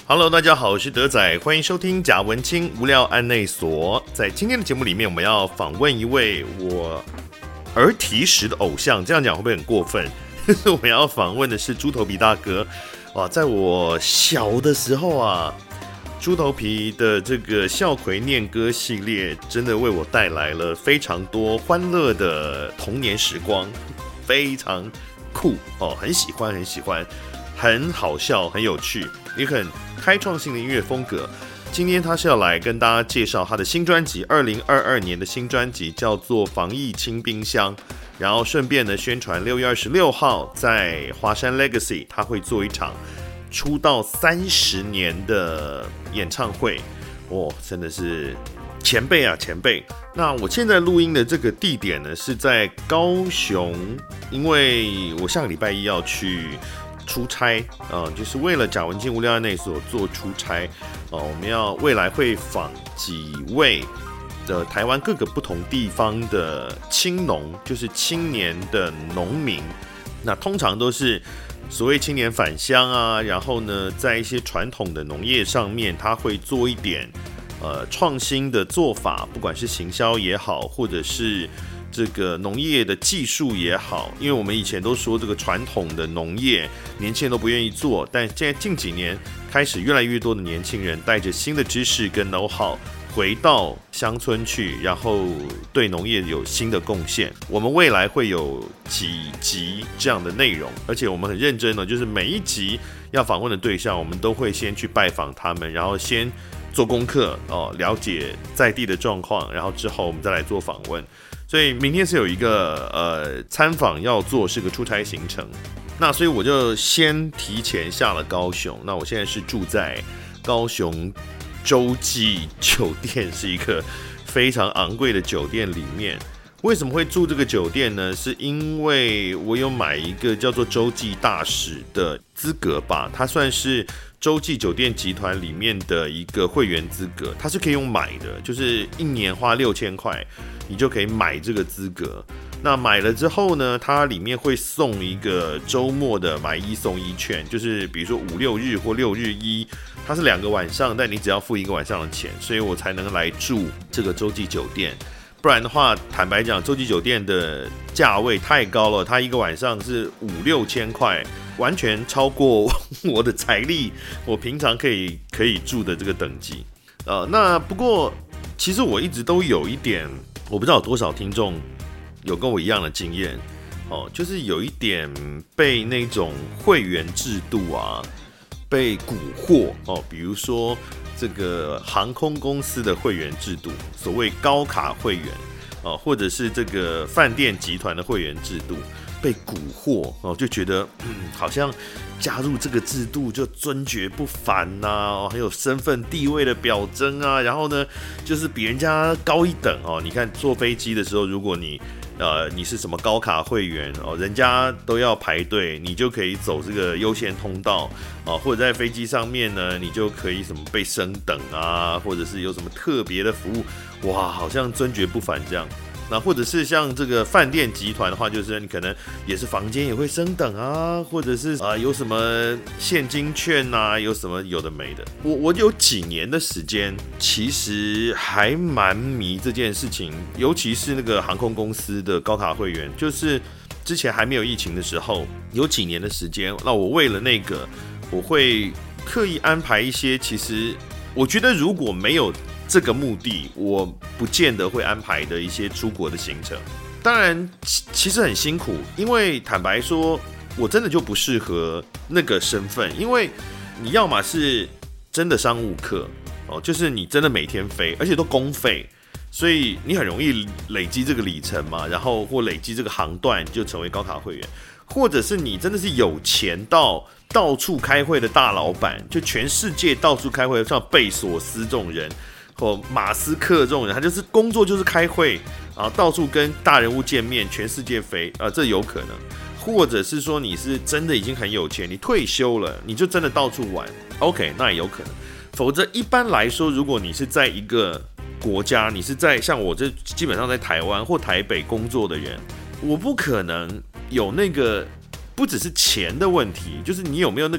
Hello， 大家好，我是德仔，欢迎收听贾文清无聊案内所。在今天的节目里面，我们要访问一位我儿提时的偶像，这样讲会不会很过分？我们要访问的是猪头皮大哥。哇，在我小的时候啊，猪头皮的这个笑魁念歌系列，真的为我带来了非常多欢乐的童年时光，非常酷哦，很喜欢，很好笑，很有趣，也很开创性的音乐风格。今天他是要来跟大家介绍他的新专辑，2022年的新专辑叫做《防疫清冰箱》，然后顺便呢宣传6月26号在华山 Legacy 他会做一场出道30年的演唱会，真的是前辈啊前辈。那我现在录音的这个地点呢是在高雄，因为我下个礼拜一要去出差，就是为了贾文清无聊案内所做出差，我们要未来会访几位的台湾各个不同地方的青农，就是青年的农民。那通常都是所谓青年返乡啊，然后呢，在一些传统的农业上面，他会做一点创新的做法，不管是行销也好，或者是这个农业的技术也好，因为我们以前都说这个传统的农业年轻人都不愿意做，但现在近几年开始越来越多的年轻人带着新的知识跟 know-how 回到乡村去，然后对农业有新的贡献。我们未来会有几集这样的内容，而且我们很认真的，就是每一集要访问的对象，我们都会先去拜访他们，然后先做功课了解在地的状况，然后之后我们再来做访问。所以明天是有一个参访要做，是个出差行程。那所以我就先提前下了高雄。那我现在是住在高雄洲际酒店，是一个非常昂贵的酒店里面。为什么会住这个酒店呢？是因为我有买一个叫做洲际大使的资格吧，它算是洲际酒店集团里面的一个会员资格，它是可以用买的，就是1年花6000块，你就可以买这个资格。那买了之后呢，它里面会送一个周末的买1送1券，就是比如说5、6日或6日1，它是2个晚上，但你只要付1个晚上的钱，所以我才能来住这个洲际酒店。不然的话，坦白讲，洲际酒店的价位太高了，它1个晚上是5、6千块，完全超过我的财力，我平常可以住的这个等级。那不过其实我一直都有一点，我不知道有多少听众有跟我一样的经验，就是有一点被那种会员制度啊被蛊惑比如说这个航空公司的会员制度，所谓高卡会员或者是这个饭店集团的会员制度被蛊惑就觉得好像加入这个制度就尊爵不凡呐，还有身份地位的表征啊，然后呢就是比人家高一等你看坐飞机的时候，如果你是什么高卡会员人家都要排队，你就可以走这个优先通道或者在飞机上面呢，你就可以什么被升等啊，或者是有什么特别的服务，哇，好像尊爵不凡这样。那或者是像这个饭店集团的话，就是你可能也是房间也会升等啊，或者是有什么现金券啊，有什么有的没的。我有几年的时间，其实还蛮迷这件事情，尤其是那个航空公司的高卡会员，就是之前还没有疫情的时候，有几年的时间，那我为了那个，我会刻意安排一些，其实我觉得如果没有这个目的，我不见得会安排的一些出国的行程。当然其实很辛苦，因为坦白说我真的就不适合那个身份，因为你要嘛是真的商务客就是你真的每天飞，而且都公费，所以你很容易累积这个里程嘛，然后或累积这个航段就成为高卡会员，或者是你真的是有钱到处开会的大老板，就全世界到处开会，像贝索斯这种人或马斯克这种人，他就是工作就是开会啊，到处跟大人物见面，全世界飞这有可能。或者是说你是真的已经很有钱，你退休了，你就真的到处玩 ，OK， 那也有可能。否则一般来说，如果你是在一个国家，你是在像我这基本上在台湾或台北工作的人，我不可能有那个不只是钱的问题，就是你有没有那个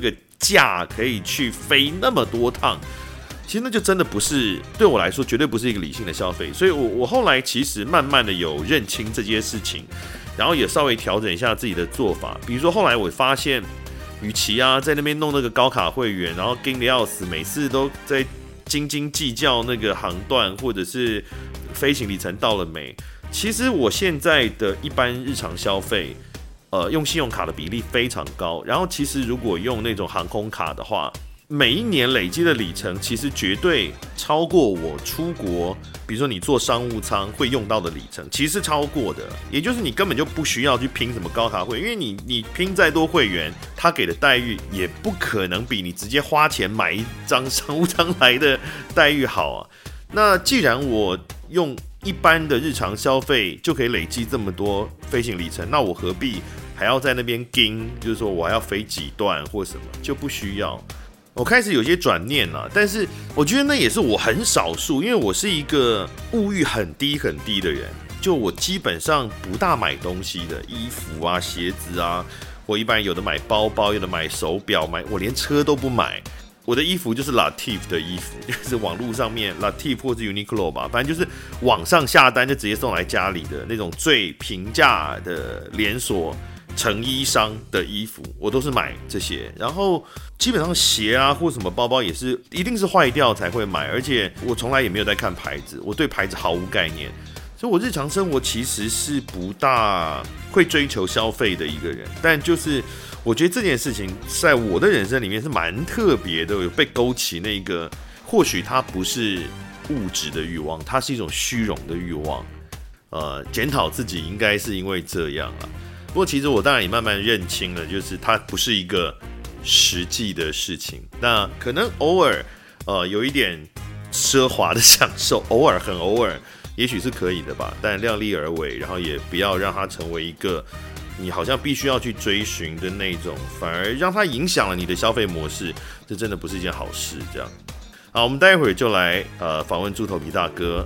假可以去飞那么多趟，其实那就真的不是对我来说绝对不是一个理性的消费。所以我后来其实慢慢的有认清这件事情，然后也稍微调整一下自己的做法。比如说后来我发现，与其在那边弄那个高卡会员，然后跟得要死，每次都在斤斤计较那个航段或者是飞行里程到了没，其实我现在的一般日常消费，用信用卡的比例非常高。然后其实如果用那种航空卡的话，每一年累积的里程其实绝对超过我出国，比如说你坐商务舱会用到的里程，其实是超过的。也就是你根本就不需要去拼什么高卡会员，因为你拼再多会员，他给的待遇也不可能比你直接花钱买一张商务舱来的待遇好啊。那既然我用一般的日常消费就可以累积这么多飞行里程，那我何必还要在那边盯，就是说我还要飞几段或什么，就不需要。我开始有些转念了，但是我觉得那也是我很少数，因为我是一个物欲很低很低的人，就我基本上不大买东西的，衣服啊、鞋子啊，我一般有的买包包，有的买手表，我连车都不买。我的衣服就是 Latif 的衣服，就是网络上面 Latif 或是 Uniqlo 吧，反正就是网上下单就直接送来家里的那种最平价的连锁成衣商的衣服，我都是买这些。然后基本上鞋啊或什么包包也是一定是坏掉才会买，而且我从来也没有在看牌子，我对牌子毫无概念，所以我日常生活其实是不大会追求消费的一个人。但就是我觉得这件事情在我的人生里面是蛮特别的，有被勾起那个或许它不是物质的欲望，它是一种虚荣的欲望。检讨自己应该是因为这样啦。不过其实我当然也慢慢认清了，就是它不是一个实际的事情。那可能偶尔有一点奢华的享受，偶尔很偶尔，也许是可以的吧。但量力而为，然后也不要让它成为一个你好像必须要去追寻的那种，反而让它影响了你的消费模式，这真的不是一件好事。这样，好，我们待会儿就来访问猪头皮大哥。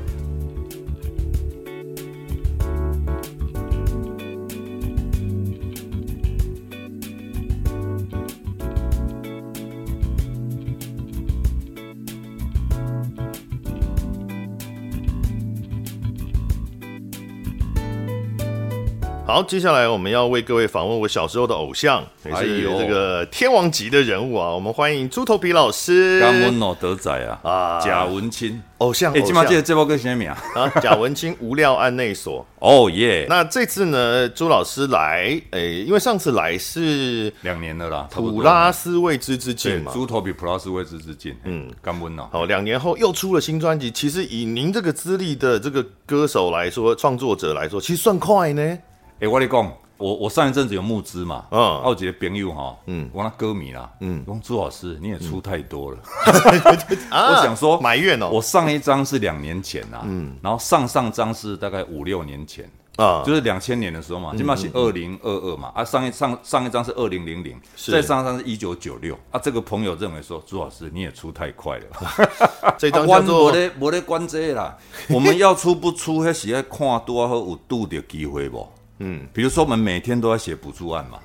好，接下来我们要为各位访问我小时候的偶像，也是这个天王级的人物啊！我们欢迎猪头皮老师。 感恩哦，德仔啊，贾文清偶像。 今嘛这部叫什么名啊？ 贾文清无料案内所。 哦耶！ 那这次呢，朱老师来，因为上次来是 2年了啦， 普拉斯未知之境嘛， 猪头皮普拉斯未知之境。感恩哦。 好，2年后又出了新专辑。其实以您这个资历的这个歌手来说，创作者来说，其实算快呢。 我跟你讲，我上一阵子有募资嘛，我有一个朋友哈，我那歌迷啦，说朱老师你也出太多了，我想说埋怨哦， 我上一张是2年前呐，然后上张是大概5、6年前。就是2000年的时候嘛，基本上是2022嘛，上一张是2000，再上一张是1996啊。这个朋友认为说，朱老师你也出太快了， 这张叫做没在管这个啦，我们要出不出，那是要看多好有拄到机会不？比如说我们每天都要写补助案嘛，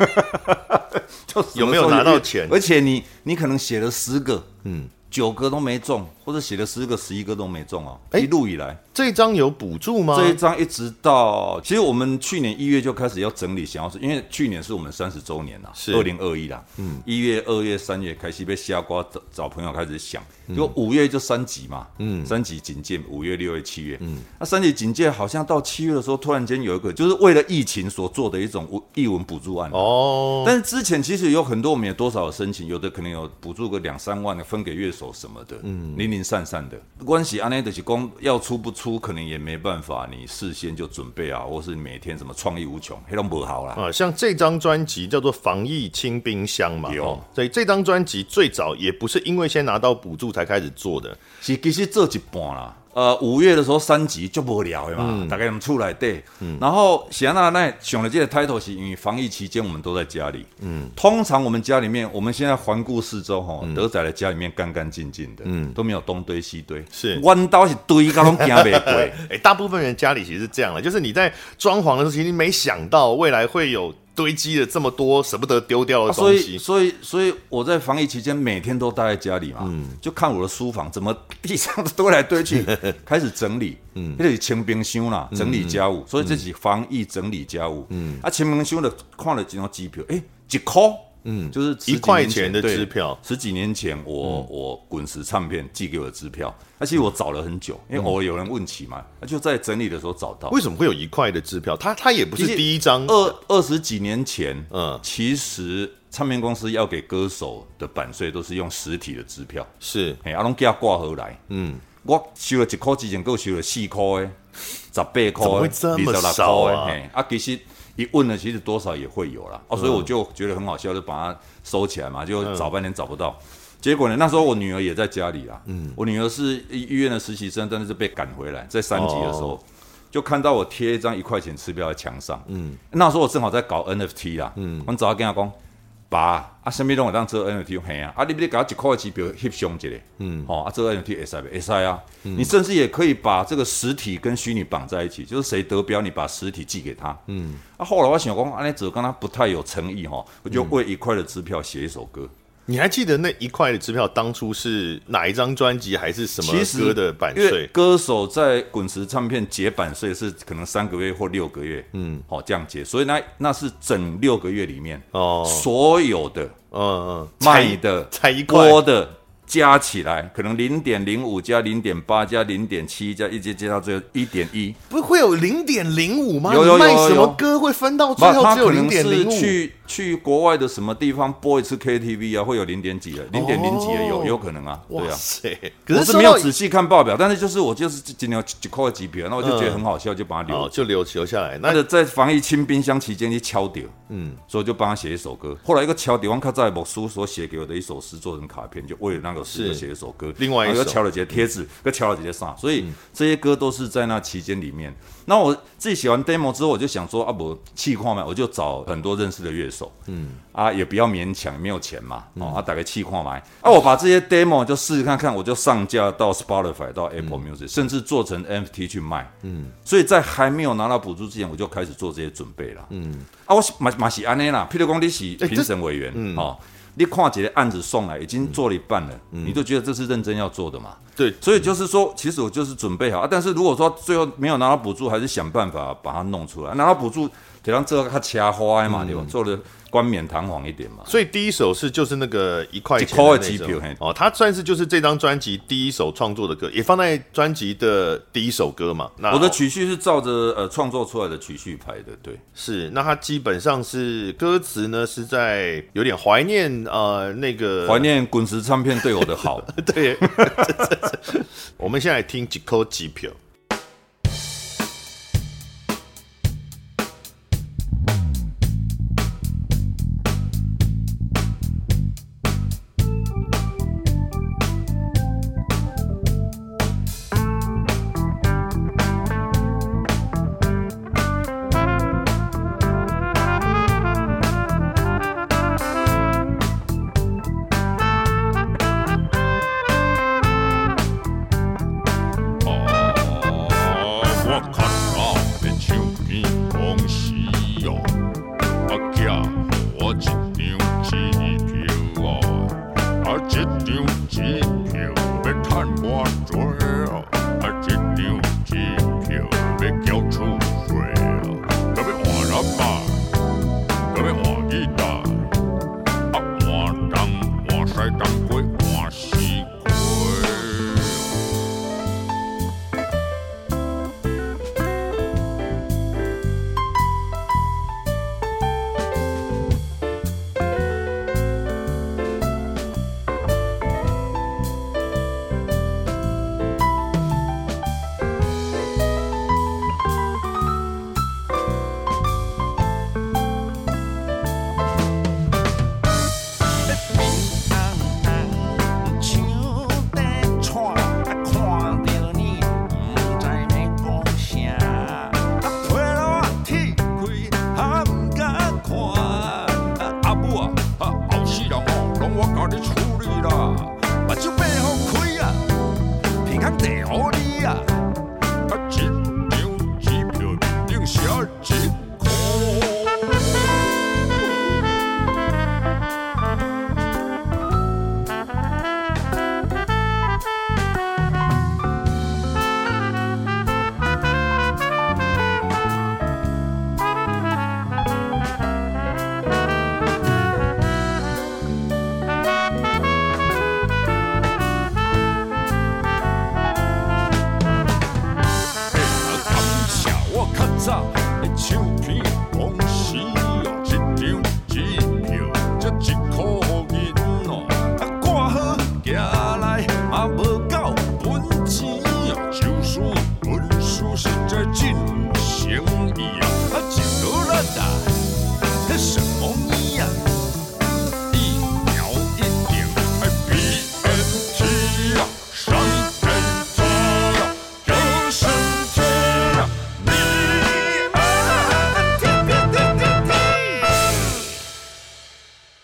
有没有拿到钱？ 而且你可能写了10个，9个都没中，或者写了10个、11个都没中哦。一路以来， 这一张有补助吗？ 这一张一直到，其实我们去年1月就开始要整理，想要因为去年是我们30周年啦，是2021啦，1月、2月、3月开始被下瓜找朋友开始想，就5月就3级嘛，3级警戒，5月、6月、7月，那3级警戒好像到7月的时候，突然间有一个就是为了疫情所做的一种艺文补助案哦，但是之前其实有很多我们有多少有申请，有的可能有补助个2、3万的分给乐手什么的，零零散散的，关系安内就是讲要出不出，可能也没办法，你事先就准备啊，或是每天什么创意无穷，那都不好啦。 像这张专辑叫做《防疫清冰箱》嘛，所以这张专辑最早也不是因为先拿到补助才开始做的， 其实做一半啦。5月的时候3级就无聊的嘛，大概他们出来对，然后显然那想了这个 title 是因为防疫期间我们都在家里，通常我们家里面，我们现在环顾四周德仔的家里面干干净净的，都没有东堆西堆， 是， 弯刀是堆到都行不过。 大部分人家里其实是这样的，就是你在装潢的时候，其实你没想到未来会有堆积了这么多舍不得丢掉的东西。 所以我在防疫期间每天都待在家里嘛，就看我的书房怎么地上堆来堆去，开始整理。那是清冰箱啦，整理家务，所以这是防疫整理家务。清冰箱的看了几张机票，1块。就是 1块钱的支票 ，10几年前我滚石唱片寄给我的支票，其实我找了很久，因为偶尔有人问起嘛，就在整理的时候找到。 为什么会有1块的支票？它也不是第一张。 20几年前，其实唱片公司要给歌手的版税都是用实体的支票， 是， 拢寄挂回来。我收了1块之前，我收了4块的，18块， 怎么会这么少啊？ 其实。一问呢，其实多少也会有啦，所以我就觉得很好笑，就把它收起来嘛，就找半天找不到。结果呢，那时候我女儿也在家里啦，我女儿是医院的实习生，但是被赶回来，在3级的时候，就看到我贴一张1块钱支票在墙上。那时候我正好在搞 NFT 啦，我早跟她讲，爸，什么拢会当做 NFT 嘿啊，你不得给我1块的支票翕相一下，这个 NFT 会使啊，你甚至也可以把这个实体跟虚拟绑在一起，就是谁得标，你把实体寄给他。后来我想讲，安尼做跟他不太有诚意我就为1块的支票写一首歌。 你还记得那1块的支票当初是哪一张专辑还是什么歌的版税？ 因为歌手在滚石唱片结版税是可能3个月或6个月，这样结，所以那是整6个月里面所有的卖的才1块播的加起来，可能0.05加0.8加0.7加一直接到最后1.1， 不会有0.05吗？ 有卖什么歌会分到最后只有0.05？ 去国外的什么地方播一次 KTV 啊，会有0.几的，0.0几的有可能啊，对啊。可是没有仔细看报表，但是我就是今年1块的机票，那我就觉得很好笑，就把它留下来。 那在防疫清冰箱期间去敲掉，所以就帮他写一首歌。后来一个敲掉，我看在某书所写给我的一首诗做成卡片，就为了那个诗写一首歌。 另外一首又敲了几个贴纸，又敲了几个啥，所以这些歌都是在那期间里面。那我自己写完 demo 之后，我就想说我气矿嘛，我就找很多认识的乐手，也不要勉强，没有钱嘛，大概气矿买，我把这些 demo 就试试看，我就上架到 Spotify 到 Apple Music，甚至做成 NFT 去卖，所以在还没有拿到补助之前，我就开始做这些准备了，我嘛是安尼啦，譬如讲你是评审委员，你看几个案子送来，已经做了一半了，你就觉得这是认真要做的嘛？ 对， 所以就是说，其实我就是准备好但是如果说最后没有拿到补助，还是想办法把它弄出来。拿到补助，得让这个它掐花嘛，对吧？做的冠冕堂皇一点嘛。 所以第一首就是那个1块钱的机票它算是就是这张专辑第一首创作的歌，也放在专辑的第一首歌嘛。 我的曲序是照着创作出来的曲序排的，对， 是。那它基本上是歌词呢是在有点怀念那个怀念滚石唱片对我的好， 对。我们现在听1块机票。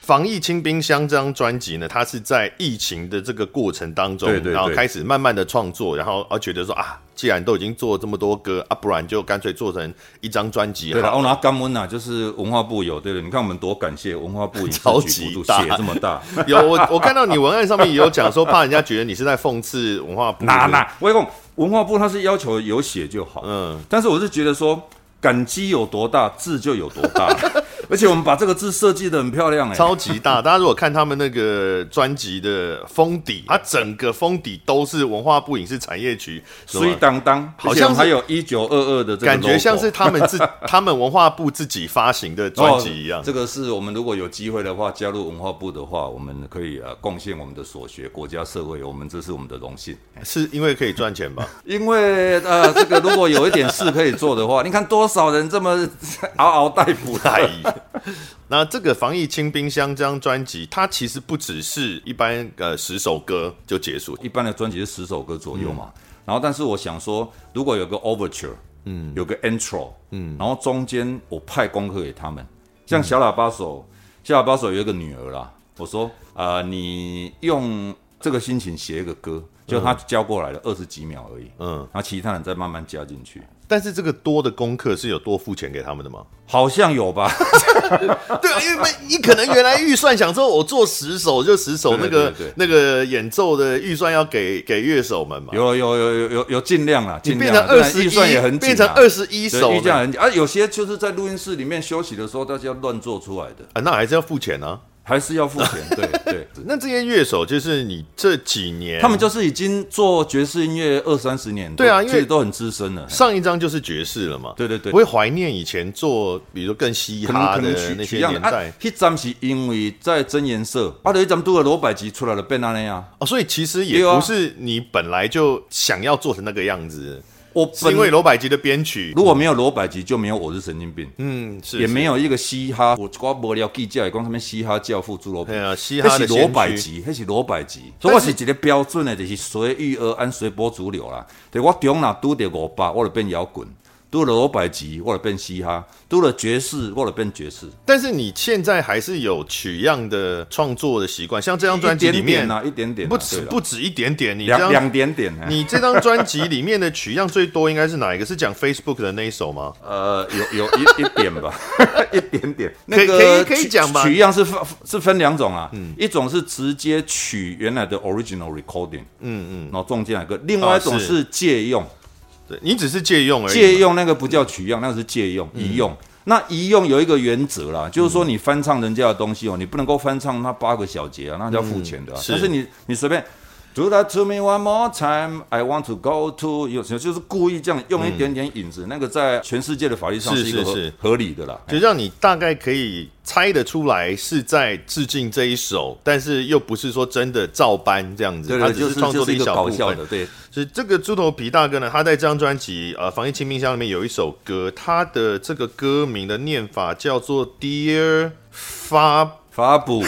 防疫清冰箱这张专辑呢，它是在疫情的这个过程当中， 对， 然后开始慢慢的创作，然后觉得说既然都已经做这么多歌不然就干脆做成一张专辑好了。 对了，我拿感恩就是文化部有，对，你看我们多感谢文化部影视局补助写这么大。 有我看到你文案上面也有讲说，怕人家觉得你是在讽刺文化部。 我跟你讲，文化部他是要求有写就好，但是我是觉得说。感激有多大，字就有多大，而且我们把这个字设计得很漂亮， 超级大。大家如果看他们那个专辑的封底，它整个封底都是文化部影视产业局， 水当当，好像还有1922的这个 logo， 感觉像是他们文化部自己发行的专辑一样。 这个是我们如果有机会的话，加入文化部的话，我们可以贡献我们的所学，国家社会，这是我们的荣幸。 是因为可以赚钱吧？ 因为这个如果有一点事可以做的话，你看多少人这么嗷嗷待哺的。 那这个防疫清冰箱这张专辑，它其实不只是一般10首歌就结束， 一般的专辑是10首歌左右嘛。然后，但是我想说，如果有个 overture，有个 intro，然后中间我派功课给他们，像小喇叭手有一个女儿啦，我说你用这个心情写一个歌，就他交过来了20几秒而已，然后其他人再慢慢加进去。 但是这个多的功课是有多付钱给他们的吗？ 好像有吧。 对，因为你可能原来预算想说我做10首就10首，那个演奏的预算要给乐手们嘛。有尽量啦，你变成21， 预算也很紧， 变成21首， 预算很紧有些就是在录音室里面休息的时候，大家乱做出来的那还是要付钱啊。 还是要付钱，对。 那这些乐手就是你这几年， 他们就是已经做爵士音乐20-30年， 对啊，因为都很资深了。 上一张就是爵士了嘛， 对， 不会怀念以前做，比如说更嘻哈的那些年代。 那张是因为在真颜色，那一张都有罗百吉出来了，变那样所以其实也不是你本来就想要做成那个样子。是因为罗百吉的编曲， 如果没有罗百吉，就没有我是神经病。 是也没有一个嘻哈。我无聊记者讲他们嘻哈教父猪肉平， 嘻哈的罗百吉，那是罗百吉。所以我是一个标准的，就是随遇而安，随波逐流啦。对我中哪拄到500，我就变摇滚；拄了罗百吉，我就变嘻哈；拄了爵士，我就变爵士。 但是你现在还是有取样的创作的习惯，像这张专辑里面一点点， 不止一点点，你 2点点。 你这张专辑里面的取样最多应该是哪一个？是讲 Facebook 的那一首吗？ 有一点吧，一点点。 可以讲吧。 取样是分2种啊，一种是直接取原来的 original recording，然后中间来个；另外一种是借用。 对，你只是借用而已。 借用那个不叫取样，那个是借用、移用。那移用有一个原则啦，就是说你翻唱人家的东西你不能够翻唱那8个小节那就要付钱的但是你随便 Do that to me one more time, I want to go to， 就是故意这样用一点点影子，那个在全世界的法律上是一个合理的啦， 就让你大概可以猜得出来是在致敬这一首，但是又不是说真的照搬这样子，他只是创作的一小部分。 对， 所以这个猪头皮大哥呢，他在这张专辑防疫清冰箱里面有一首歌，他的这个歌名的念法叫做 Dear 法布。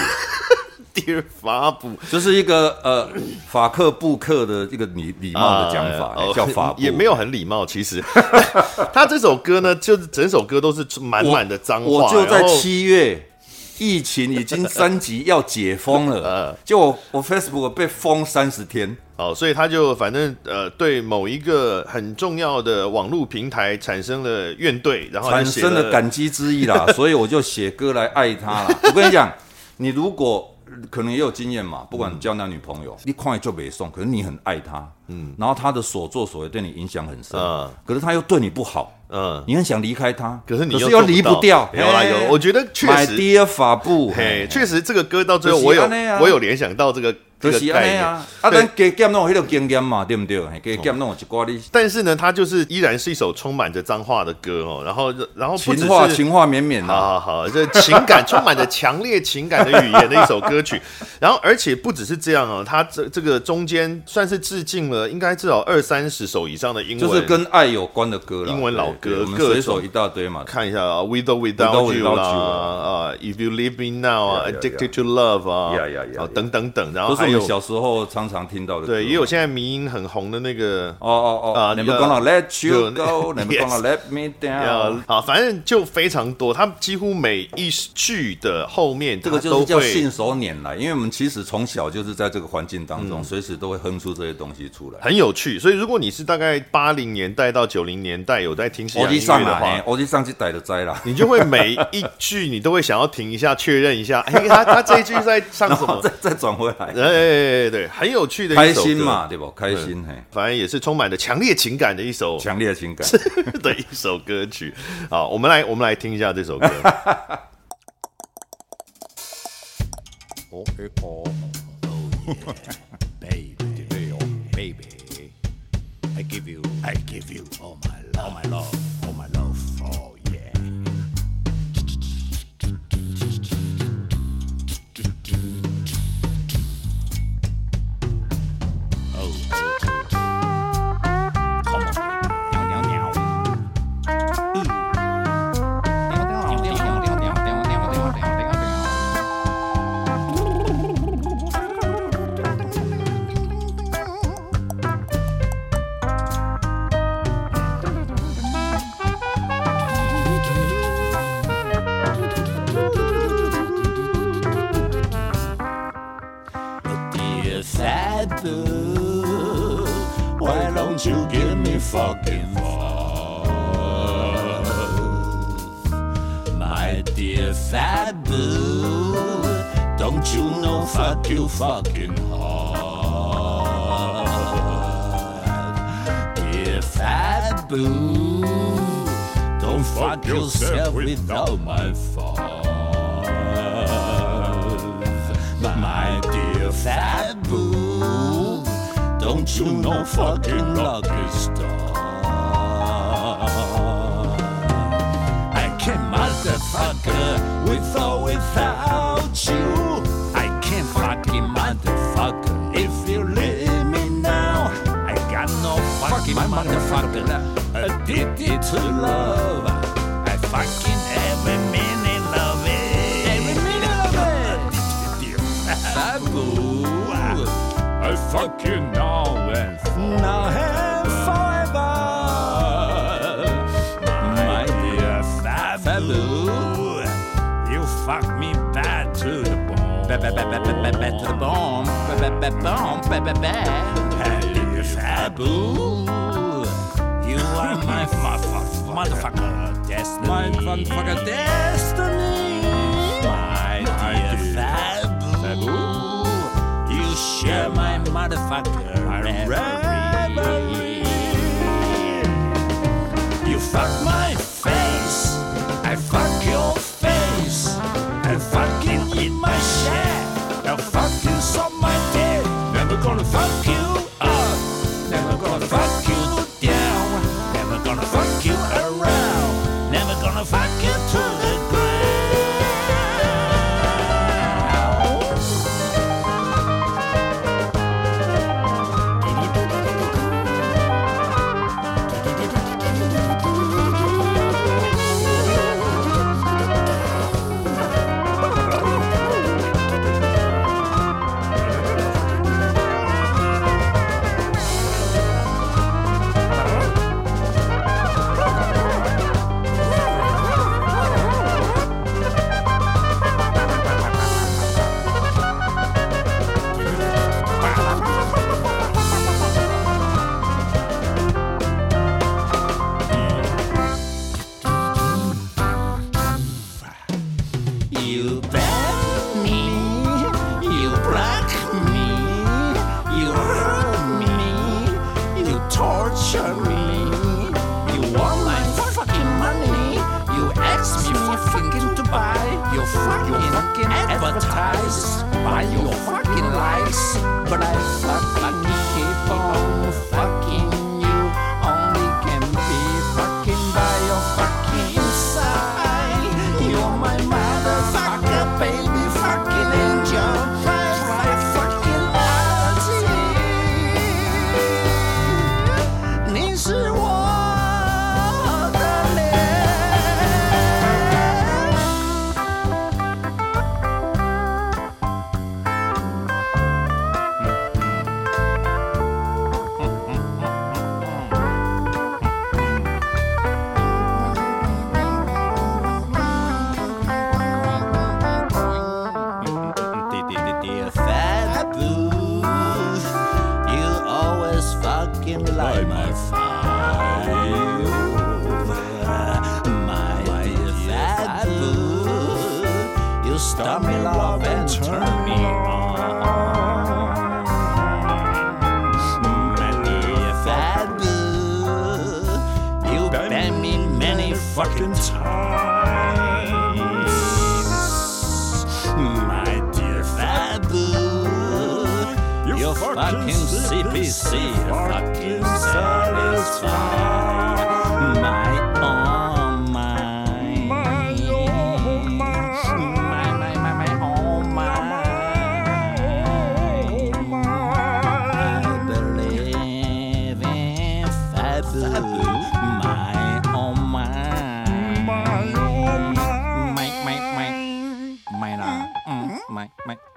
Dear 法布， 就是一个法克布克的一个礼貌的讲法，叫法布， 也没有很礼貌。其实他这首歌呢，就是整首歌都是满满的脏话。 我就在7月，疫情已经3级要解封了，就我 Facebook 被封30天。 所以他就反正对某一个很重要的网络平台产生了怨怼，然后产生了感激之意啦，所以我就写歌来爱他啦。我跟你讲，你如果可能也有经验嘛，不管交男女朋友，你看就没送，可是你很爱他，然后他的所作所为对你影响很深，可是他又对你不好，你很想离开他， 可是你又离不掉。 有，我觉得确实 My dear 法布， 确实这个歌到最后我有联想到这个。 就是安尼啊，咱加减弄有迄个经验嘛，对不对？加减弄有一寡哩。 但是呢，它就是依然是一首充满着脏话的歌然后不只是情话绵绵的， 好，这情感充满着强烈情感的语言的一首歌曲。然后而且不只是这样它这个中间算是致敬了，应该至少20-30首以上的英文， 就是跟爱有关的歌啦， 英文老歌， 我们随手一大堆嘛。 看一下With or Without You 啦，If You Leave Me Now Addicted to Love 等等，然后还有有小时候常常听到的歌， 对，也有现在迷音很红的那个 Never gonna let you go，Never gonna let me down。 好，反正就非常多，他们几乎每一句的后面， 这个就是叫信手拈来，因为我们其实从小就是在这个环境当中，随时都会哼出这些东西出来， 很有趣。所以如果你是大概80年代到90年代有在听西洋音乐的话， 我去上去逮的摘了， 你就会每一句你都会想要停一下，确认一下，他这一句在唱什么， 再转回来。 对，很有趣的一首歌， 开心嘛，对不？开心， 反正也是充满了强烈情感的一首， 强烈情感的一首歌曲。好，我们来听一下这首歌。 Oh yeah, baby, I give you all my love, oh yeah. Why don't you give me fucking love, my dear fat boo? Don't you know fuck you fucking hard, dear fat boo? Don't fuck yourself without my fault, my dear fat boo. Don't you know fucking lucky star? I can't motherfucker with or without you. I can't fucking motherfucker if you leave me now. I got no fucking motherfucker addicted to love. I fucking every minute love it. Every minute of it. Fat boo. I fucking now and forever, my dear fat boo. You fuck me bad to the bone, bad to the bone, dear fat boo. You are my motherfucker destiny, my motherfucker destiny, my dear fat boo. You share my motherfucker reverie. You fuck my face, I fuck your face, I fucking eat my shit, I'll fuck you suck my dick. Never gonna fuck you up, never gonna fuck you down, never gonna fuck you around, never gonna fuck you to the ground. You ban me, you block me, you hurt me, you torture me, you want my fucking money, you ask me for fucking to buy, you fucking advertise, buy your fucking likes, but I fucking keep on fucking you, only can be fucking by your fucking side, you're my motherfucker, baby, fucking angel, my fucking reality. 你是我的脸。 in times. My dear father, you're fucking CPC, fucking satisfied. My oh my, my oh my, oh my. I believe in father. My oh my, my啦，my.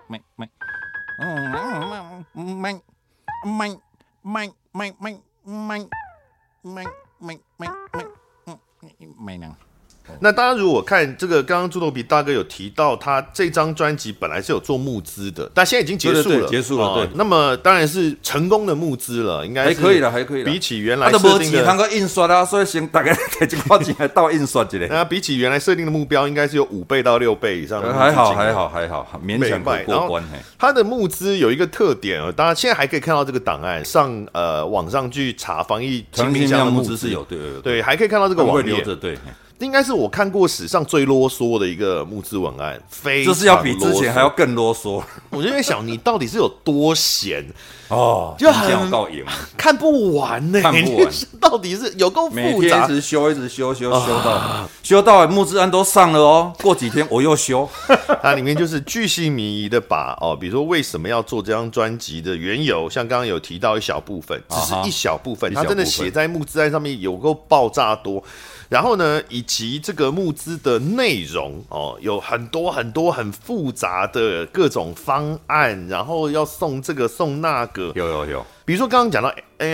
没呢。 那大家如果看这个，刚刚猪头皮大哥有提到，他这张专辑本来是有做募资的，但现在已经结束了， 对结束了。对， 那么当然是成功的募资了，应该是还可以了，还可以了。 比起原来设定的， 他个印刷啊，所以先大概摕这块钱来到印刷一下。 那比起原来设定的目标，应该是有5倍到6倍以上的。 还好，勉强可以过关。 他的募资有一个特点当然现在还可以看到这个档案，上网上去查防疫清冰箱的募资是有， 对，还可以看到这个网页， 对。 应该是我看过史上最啰嗦的一个募资文案，非常就是要比之前还要更啰嗦。 我就在想，你到底是有多闲哦， 就很看不完呢， 看不完， 到底是有够复杂， 每天一直修修到募资案都上了哦，过几天我又修。 它里面就是巨细靡遗的把比如说为什么要做这张专辑的缘由，像刚刚有提到一小部分，只是一小部分，它真的写在募资案上面有够爆炸多。然后呢，以及这个募资的内容有很多很多很复杂的各种方案，然后要送这个送那个， 有。 比如说刚刚讲到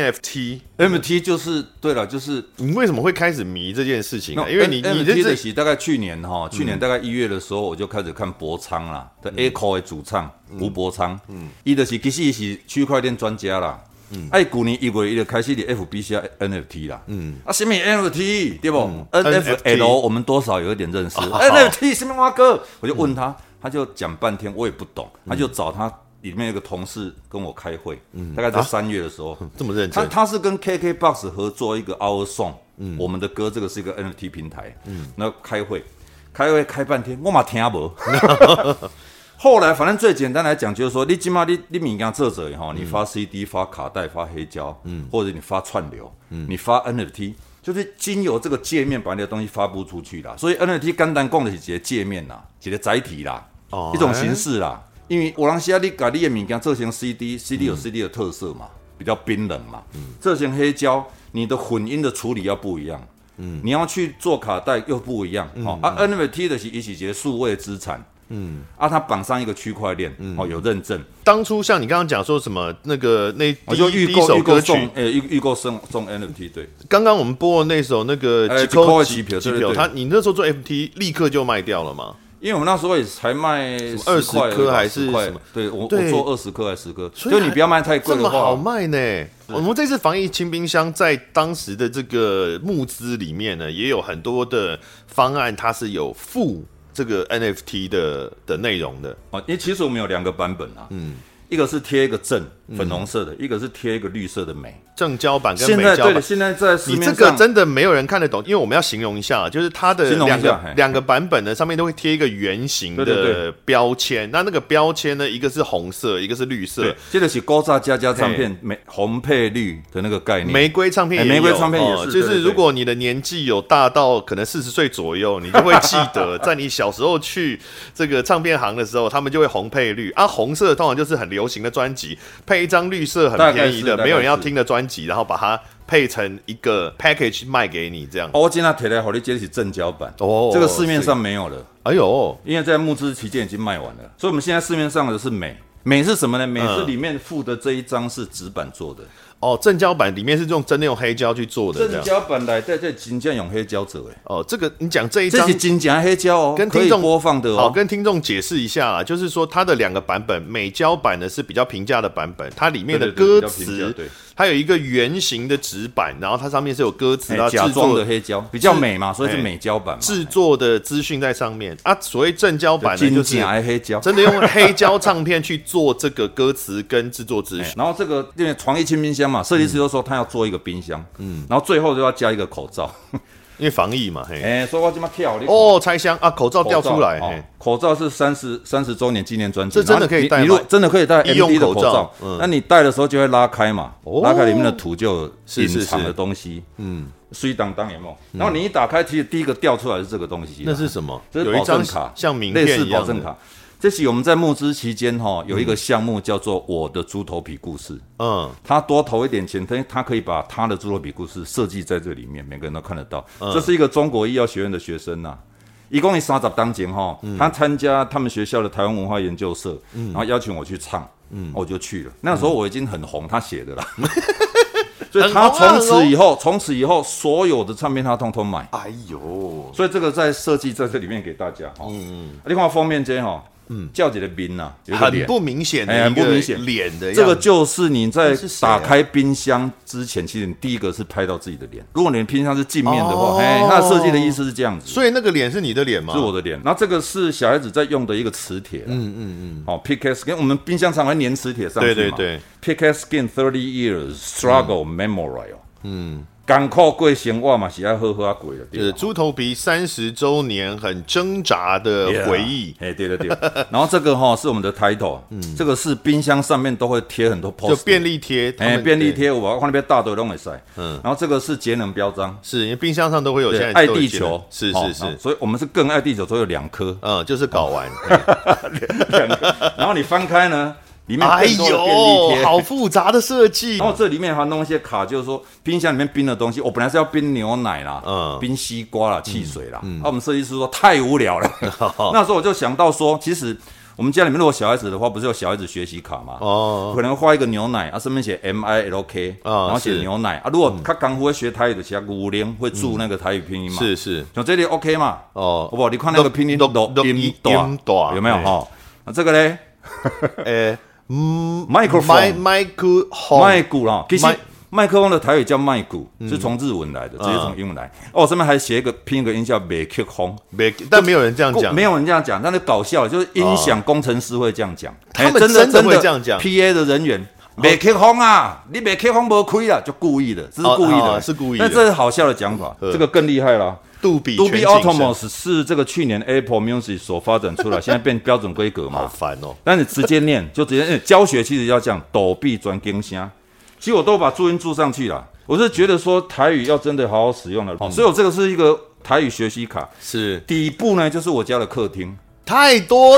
NFT 就是对了，就是你为什么会开始迷这件事情呢？因为你 NFT 的大概去年大概1月的时候，我就开始看博昌啦的 Echo 的主唱吴博昌，他就是其实他是区块链专家啦。去年1月，他就开始在 FB 下 NFT 啦。什么 NFT 对不？NFL 我们多少有一点认识。NFT 什么蛙哥？我就问他，他就讲半天，我也不懂。他就找他里面有个同事跟我开会，大概在3月的时候， 这么认真。 他是跟 KKBOX 合作一个 Our Song，我们的歌这个是一个 NFT 平台。那开会开半天，我嘛听无。后来反正最简单来讲就是说，你今嘛你物件做做哈，你发 CD、发卡带、发黑胶，或者你发串流，你发 NFT， 就是经由这个界面把你的东西发布出去啦。所以 NFT 简单讲的是一个界面啦，一个载体啦，一种形式啦。因为有人写你把你的物件做成 CD 有 CD 的特色嘛，比较冰冷嘛。做成黑胶，你的混音的处理要不一样。你要去做卡带又不一样。NFT 的是一个数位资产。它绑上一个区块链，有认证。 当初像你刚刚讲说什么那第一首歌曲，预购送 NFT， 对。 刚刚我们播的那首那个几口机票， 你那时候做 FT 立刻就卖掉了吗？ 因为我们那时候也才卖 20颗还是什么？ 对，我做20颗还是10颗，就你不要卖太贵的话， 这么好卖呢。我们这次防疫清冰箱在当时的这个募资里面呢，也有很多的方案，它是有附这个 NFT 的内容的。 因为其实我们有2个版本啊，一个是贴一个正粉红色的，一个是贴一个绿色的美。正胶版跟美胶版， 现在在市面上， 你这个真的没有人看得懂，因为我们要形容一下，就是它的两个版本呢，上面都会贴一个圆形的标签。那个标签呢，一个是红色，一个是绿色。 这个是高炸加唱片，红配绿的那个概念。 玫瑰唱片也有， 玫瑰唱片也是。 就是如果你的年纪有大到可能40岁左右，你就会记得，在你小时候去这个唱片行的时候，他们就会红配绿啊。红色通常就是很流行的专辑，配一张绿色很便宜的，没有人要听的专辑。然后把它配成一个 package 卖给你，这样。 我今天提来，你这是正胶版，这个市面上没有了。 哎呦， 因为在募资期间已经卖完了，所以我们现在市面上的是美是什么呢？美是里面附的这一张是纸板做的。 正胶版里面是真的用黑胶去做的。 正胶版来在真正用黑胶做的。 这个你讲这一张， 这是真正黑胶哦，跟听众播放的哦。 好，跟听众解释一下啦，就是说它的2个版本，美胶版呢是比较平价的版本，它里面的歌词。它有一个圆形的纸板，然后它上面是有歌词，它假装的黑胶比较美嘛，所以是美胶版嘛。 制作的资讯在上面啊。所谓正胶版呢，就是黑胶， 真的用黑胶唱片去做这个歌词跟制作资讯。 然后这个因为创意清冰箱嘛，设计师就说他要做一个冰箱，然后最后就要加一个口罩。 因为防疫嘛，嘿。 所以我这么跳哦，拆箱啊，口罩掉出来， 口罩是30周年纪念专辑， 这真的可以戴吗？ 你如果真的可以戴 MD 的口罩，那你戴的时候就会拉开嘛，拉开里面的图就有隐藏的东西，水当当有没有？然后你一打开，其实第一个掉出来是这个东西， 那是什么？ 这是保证卡， 像名片一样的类似保证卡。这是我们在募资期间有一个项目叫做我的猪头皮故事，他多投一点钱，他可以把他的猪头皮故事设计在这里面，每个人都看得到。这是一个中国医药学院的学生呐，一共30当前他参加他们学校的台湾文化研究社，然后邀请我去唱，我就去了。那时候我已经很红，他写的啦。所以他从此以后，所有的唱片他通通买。 哎呦， 所以这个在设计在这里面给大家另外封面这叫一个面呐， 很不明显的，很不明显脸的样子。 这个就是你在打开冰箱之前，其实你第一个是拍到自己的脸。如果你的冰箱是镜面的话，它的设计的意思是这样子。 所以那个脸是你的脸吗？ 是我的脸。然后这个是小孩子在用的一个磁铁。Picket Skin， 我们冰箱常会粘磁铁上去嘛。对对对。Picket Skin 30 years struggle memorial。艰苦过生活嘛是要好好啊过的， 就是猪头皮30周年很挣扎的回忆。 对。然后这个是我们的 title，这个是冰箱上面都会贴很多 post， 就便利贴， 便利贴，我看那边大堆都会塞。然后这个是节能标章， 是因为冰箱上都会有现在爱地球，是，所以我们是更爱地球，所以有2颗， 就是搞完 2颗，然后你翻开呢。里面更多的便利贴， 好复杂的设计。 然后这里面还弄一些卡，就是说冰箱里面冰的东西，我本来是要冰牛奶啦，冰西瓜啦，汽水啦。我们设计师说太无聊了。那时候我就想到说，其实我们家里面如果小孩子的话，不是有小孩子学习卡吗？可能画一个牛奶上面写 MILK，然后写牛奶如果他刚会学台语的，其他5零会注那个台语拼音嘛？ 是， 像这里 OK 嘛？好不好？你看那个拼音音大有没有？那这个呢？麦克风啦，其实麦克风的台语叫麦克，是从日文来的，直接从英文来。上面还写一个拼一个音叫麦克风， 但没有人这样讲， 没有人这样讲，但是搞笑，就是音响工程师会这样讲， 他们真的会这样讲。 PA 的人员麦克风啊，你麦克风没开啦，就故意的，这是故意的， 是故意的。 但这是好笑的讲法，这个更厉害了。 杜比 Atmos 是这个去年 Apple Music 所发展出来，现在变标准规格嘛。 好烦哦！ 但你直接念就直接念，教学其实要这样，抖臂转更声。其实我都把注音注上去了。我是觉得说台语要真的好好使用了，所以我这个是一个台语学习卡。 是底部呢，就是我家的客厅。 太多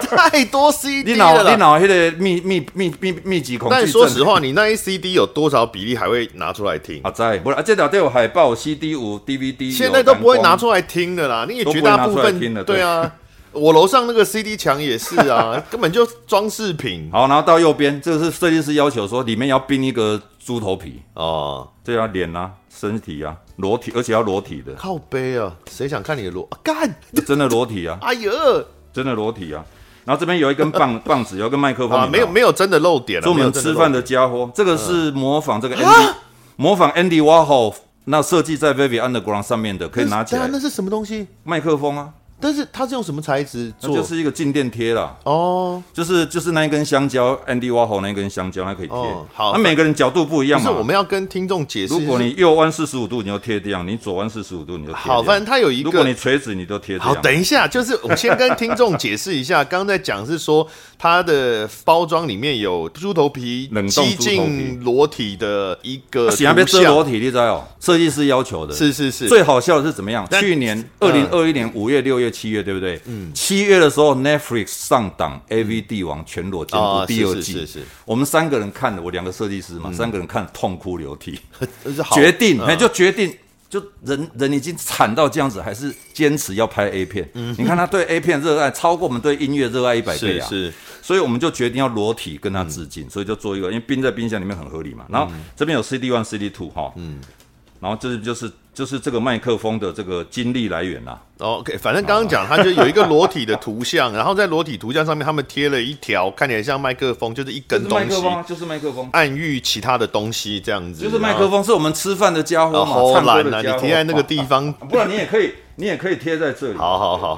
CD 了啦， 你脑那个密集恐惧症。 但说实话，你那一 CD 有多少比例还会拿出来听？ 在不是这条都有海报、CD 有 DVD， 现在都不会拿出来听的啦。你也绝大部分对啊，我楼上那个 CD 墙也是啊，根本就装饰品。 好，然后到右边，这个是设计师要求说里面要冰一个猪头皮对啊，脸啊、身体啊，裸体，而且要裸体的。 靠背啊，谁想看你的裸？干， 真的裸体啊！ 哎呦！ 真的裸体啊，然后这边有一根棒子，有一根麦克风没有真的露点了。 是我们吃饭的家伙，这个是模仿这个 Andy Warhol 那设计在 Velvet Underground 上面的，可以拿起来。 那是什么东西？ 麦克风啊。 但是它是用什么材质做？ 就是一个静电贴啦。就是那一根香蕉 ，Andy Warhol 那一根香蕉，它可以贴。好，那每个人角度不一样嘛。 不是，我们要跟听众解释。 如果你右弯45度，你就贴这样；你左弯45度，你就贴这样。 好，反正它有一个。 如果你垂直，你就贴这样。 好，等一下，就是我先跟听众解释一下，刚刚在讲是说它的包装里面有猪头皮激进裸体的一个图像。 别遮裸体，你知道？设计师要求的。 是。 最好笑的是怎么样？去年2021年5月、6月、7月，对不对？7月的时候 ，Netflix 上档《AV 帝王全裸监督》第2季，是。我们3个人看了，我2个设计师嘛，3个人看痛哭流涕，决定，就人已经惨到这样子，还是坚持要拍 A 片。你看他对 A 片热爱超过我们对音乐热爱100倍啊！是，所以我们就决定要裸体跟他致敬，所以就做一个，因为冰在冰箱里面很合理嘛。然后这边有 CD1、CD2 哈，然后就是这个麦克风的这个精力来源啦。 OK， 反正刚刚讲，它就有一个裸体的图像，然后在裸体图像上面，他们贴了一条看起来像麦克风，就是一根东西， 就是麦克风， 暗喻其他的东西这样子。 就是麦克风，是我们吃饭的家伙嘛，唱歌的家伙。 你贴在那个地方， 不然你也可以贴在这里。 好，你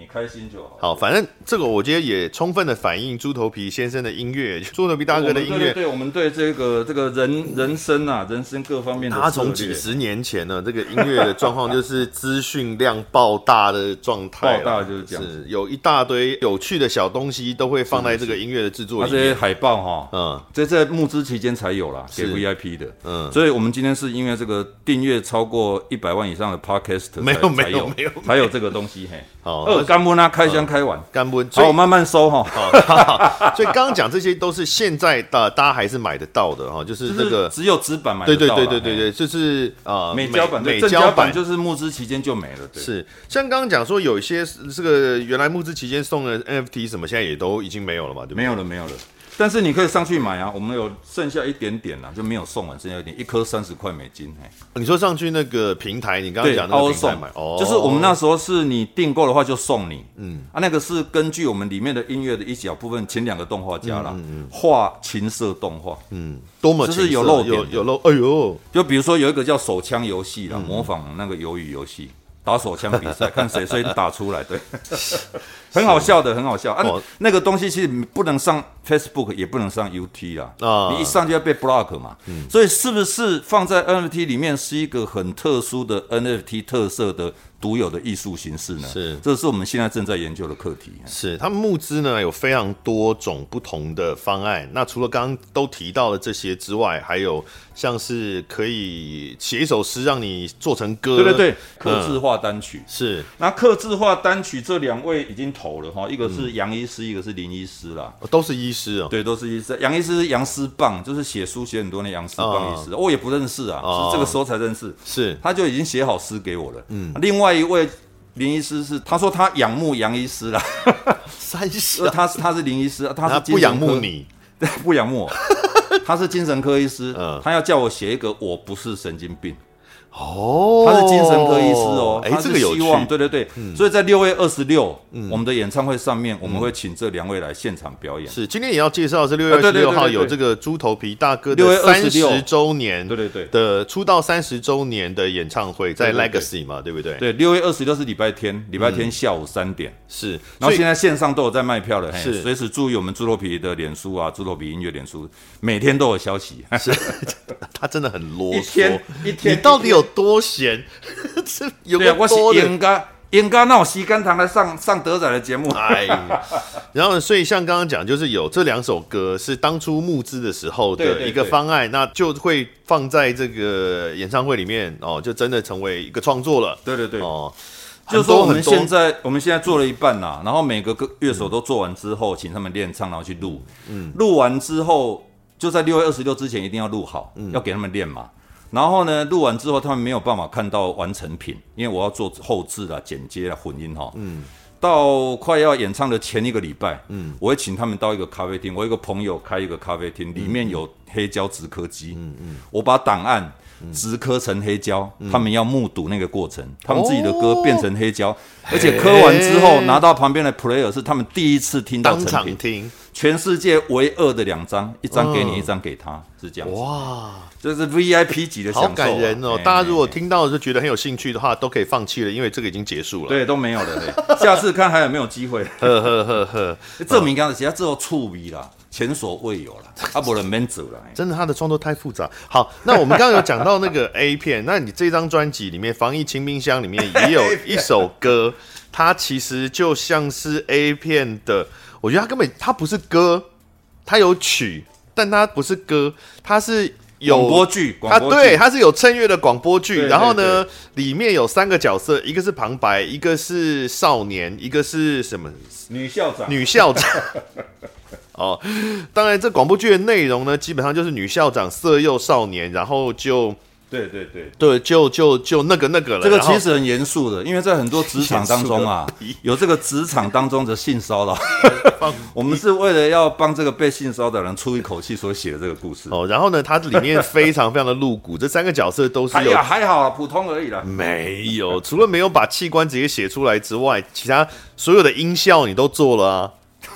开心就好。 好，反正这个我觉得也充分的反映猪头皮先生的音乐，猪头皮大哥的音乐。 对，我们对这个人生啊，人生各方面的策略。 他从几十年前呢，这个音乐的状况就是资讯量爆大的状态， 爆大就是这样， 是有一大堆有趣的小东西都会放在这个音乐的制作里面。 这些海报哈，在募资期间才有啦，给 VIP 的。所以我们今天是因为这个订阅超过100万以上的 Podcast 没有才有这个东西嘿。 好， 干温啊，开箱开完， 干温， 好，我慢慢收哈。 所以刚刚讲这些都是现在大家还是买得到的哈，就是这个只有纸版买得到。 对，就是美胶版， 正胶版就是募资期间就没了。对， 是像刚刚讲说有一些这个原来募资期间送的 NFT 什么，现在也都已经没有了嘛，对不对？ 没有了。但是你可以上去买啊，我们有剩下一点点啦，就没有送完，剩下一点，1颗$30美金。 你说上去那个平台，你刚刚讲那个平台买， 就是我们那时候是你订购的话就送你，那个是根据我们里面的音乐的一小部分，请2个动画家啦，画情色动画， 多么就是有漏点， 有漏，哎呦， 就比如说有一个叫手枪游戏啦，模仿那个鱿鱼游戏。打手枪比赛，看谁先打出来，对，很好笑的，很好笑啊！那个东西其实不能上 Facebook， 也不能上 UT 啦，你一上就要被 block 嘛，所以是不是放在 NFT 里面是一个很特殊的 NFT 特色的独有的艺术形式呢？ 是， 这是我们现在正在研究的课题。 是，他们募资呢有非常多种不同的方案。那除了刚刚都提到的这些之外，还有像是可以写一首诗让你做成歌， 对，客制化单曲是。 那客制化单曲这2位已经投了哈，一个是杨医师，一个是林医师啦， 都是医师哦。 对，都是医师。杨医师是杨思棒，就是写书写很多那杨思棒医师，我也不认识啊，是这个时候才认识。 是， 他就已经写好诗给我了。另外一位林医师是，他说他仰慕杨医师啦，他是林医师，他是不仰慕你， 对，不仰慕我，他是精神科医师，他要叫我写一个我不是神经病。他是精神科医师哦， 这个有趣， 对，所以在6月26，我们的演唱会上面，我们会请这2位来现场表演。 是，今天也要介绍是6月26号有这个猪头皮大哥的30周年， 对的出道30周年的演唱会，在 Legacy 嘛，对不对？ 对，6月26是礼拜天下午3点。 是， 然后现在线上都有在卖票了，是，随时注意我们猪头皮的脸书啊，猪头皮音乐脸书，每天都有消息。 是，他真的很啰嗦， 一天， 你到底有多闲？有个多的， 应该那种时间堂来上德仔的节目。 然后所以像刚刚讲，就是有这2首歌是当初募资的时候的一个方案，那就会放在这个演唱会里面哦，就真的成为一个创作了。 对哦。就是说我们现在做了一半啦，然后每个乐手都做完之后，请他们练唱，然后去录。录完之后，就在6月26之前一定要录好，要给他们练嘛。然后呢，录完之后他们没有办法看到完成品，因为我要做后制啦、剪接啦、混音哈。到快要演唱的前1个礼拜，我会请他们到一个咖啡厅，我有一个朋友开一个咖啡厅，里面有黑胶直刻机，我把档案直刻成黑胶，他们要目睹那个过程，他们自己的歌变成黑胶，而且刻完之后拿到旁边的 player 是他们第一次听到成品， 当场听， 全世界唯2的2张，一张给你，一张给他，是这样子。哇，这是 VIP 级的享受， 好感人哦！大家如果听到就觉得很有兴趣的话，都可以放弃了，因为这个已经结束了。 对，都没有了。下次看还有没有机会。证明刚才写之后触味啦。前所未有了，没人免走了。 真的，他的创作太复杂。好，那我们刚刚有讲到那个 A 片，那你这张专辑里面《防疫清冰箱》里面也有一首歌，它其实就像是 A 片的，我觉得它根本它不是歌，它有曲，但它不是歌，它是有广播剧， 对，它是有衬乐的广播剧。然后呢，里面有3个角色，一个是旁白，一个是少年，一个是什么？ 女校长。 哦，当然，这广播剧的内容呢，基本上就是女校长色诱少年，然后就对， 就那个了。 这个其实很严肃的，因为在很多职场当中啊，有这个职场当中的性骚扰，我们是为了要帮这个被性骚扰的人出一口气所写的这个故事。 哦，然后呢，它里面非常非常的露骨，这3个角色都是有还好普通而已啦。 没有，除了没有把器官直接写出来之外，其他所有的音效你都做了啊。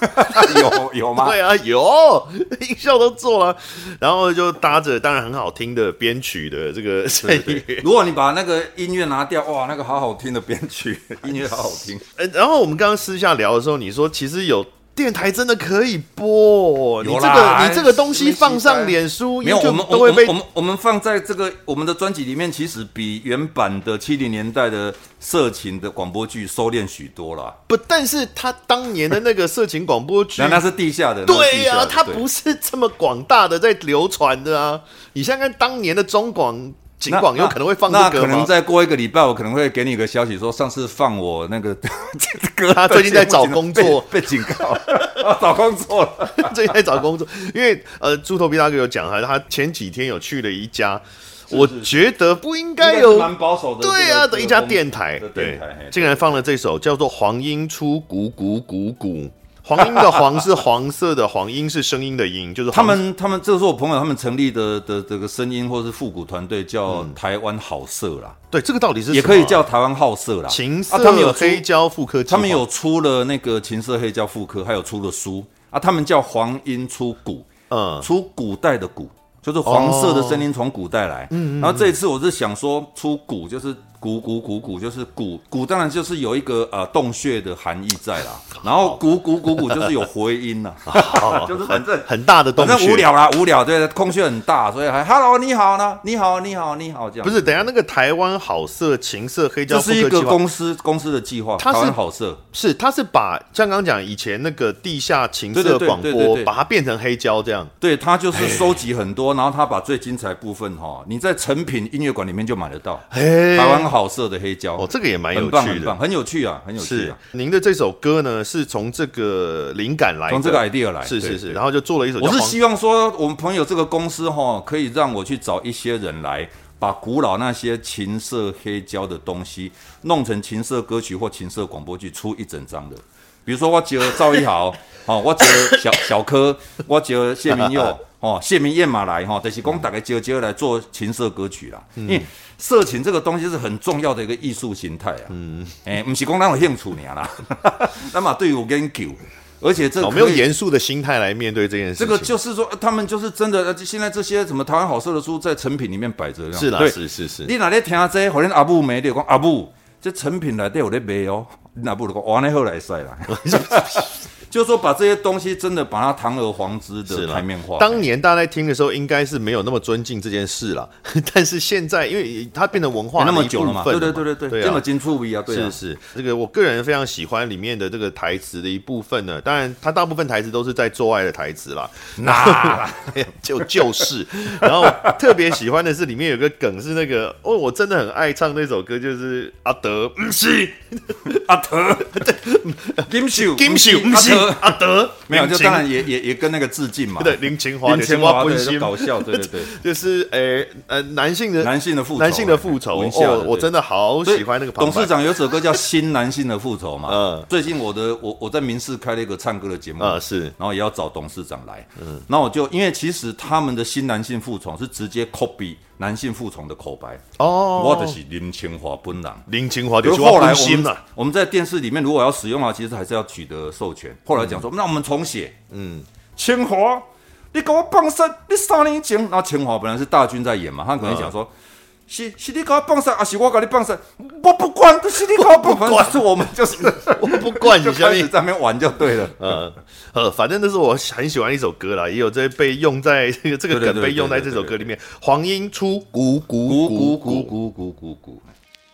有吗？ 对啊，有音效都做了，然后就搭着当然很好听的编曲的这个声乐。 如果你把那个音乐拿掉，哇，那个好好听的编曲，音乐好好听。 然后我们刚刚私下聊的时候，你说其实有电台真的可以播，你这个东西放上脸书， 没有， 都会被我们放在这个我们的专辑里面，其实比原版的70年代的色情的广播剧收敛许多了。 不，但是他当年的那个色情广播剧， 那是地下的， 对呀，它不是这么广大的在流传的啊。你想想看，当年的中广。警广有可能会放这个吗？ 那可能再过一个礼拜，我可能会给你一个消息说，上次放我那个歌， 他最近在找工作， 被警告，找工作了， 最近在找工作。因为猪头皮大哥有讲他前几天有去了一家，我觉得不应该有蛮保守的， 对啊的一家电台， 对， 竟然放了这首叫做《黄莺出谷谷谷谷》。黄莺的黄是黄色的，黄莺是声音的音，就是他们这是我朋友他们成立的这个声音或是复古团队叫台湾好色啦。 对，这个到底是什么也可以叫台湾好色啦。 情色他们有黑胶复刻， 他们有出了那个情色黑胶复刻，还有出了书啊。他们叫黄莺出古，出古代的古，就是黄色的声音从古代来。然后这一次我是想说出古就是。鼓就是鼓，当然就是有一个洞穴的含义在啦。然后鼓就是有回音啦，就是反正很大的洞穴。 反正无聊，对，空穴很大，所以还 Hello 你好呢，你好这样。 不是，等一下那个台湾好色情色黑胶， 这是一个公司的计划。台湾好色他是把像刚刚讲以前那个地下情色广播，把它变成黑胶这样。 对，他就是收集很多，然后他把最精彩部分你在成品音乐馆里面就买得到。台湾好色的黑胶这个也蛮有趣的， 很有趣啊，很有趣啊。 您的这首歌呢，是从这个灵感来的， 从这个 idea 来， 是，然后就做了一首。 我是希望说，我们朋友这个公司可以让我去找一些人来，把古老那些情色黑胶的东西弄成情色歌曲或情色广播剧，出一整张的。比如说我叫赵一豪，我叫小柯，我叫谢明佑。谢明燕嘛来就是讲大家招来做情色歌曲啦，因为色情这个东西是很重要的一个艺术形态啊，不是讲咱有兴趣尔啦，那么对有研究，而且这没有严肃的心态来面对这件事情。 这个就是说，他们就是真的，现在这些什么台湾好色的书在成品里面摆着， 是啦，是。 你哪在听这，好像阿母没的讲阿母，这成品内底有在卖哦，你阿母就讲哇，那好来塞啦。就是说，把这些东西真的把它堂而皇之的台面化。 当年大家在听的时候，应该是没有那么尊敬这件事啦。但是现在，因为它变成文化那么久了嘛， 对，这么精触味啊，对啊， 是。这个我个人非常喜欢里面的这个台词的一部分呢。当然，它大部分台词都是在做爱的台词啦。 那就是，然后特别喜欢的是里面有个梗是那个我真的很爱唱那首歌，就是阿德，不是阿德，金秀， 不是。阿德没有，就当然也跟那个致敬嘛。 对，林青花对， 搞笑，对， 就是男性的复仇。我真的好喜欢那个旁白。 董事长有首歌叫《新男性的复仇》嘛。最近我在民视开了一个唱歌的节目是， 然后也要找董事长来。然后我就因为其实他们的新男性复仇是直接 copy 男性复仇的口白。我就是林青花本人。 林青花就是后来我们在电视里面如果要使用其实还是要取得授权。后来讲说，那我们重写。清华，你给我放生，你3年前，那清华本来是大军在演嘛，他可能讲说，是你给我放生，还是我给你放生？我不管，是你给我放生，是我们就是我不管，你就开始在那边玩就对了。 反正那是我很喜欢的一首歌啦，也有被用在这个梗被用在这首歌里面。黄莺出谷谷谷谷谷谷谷谷。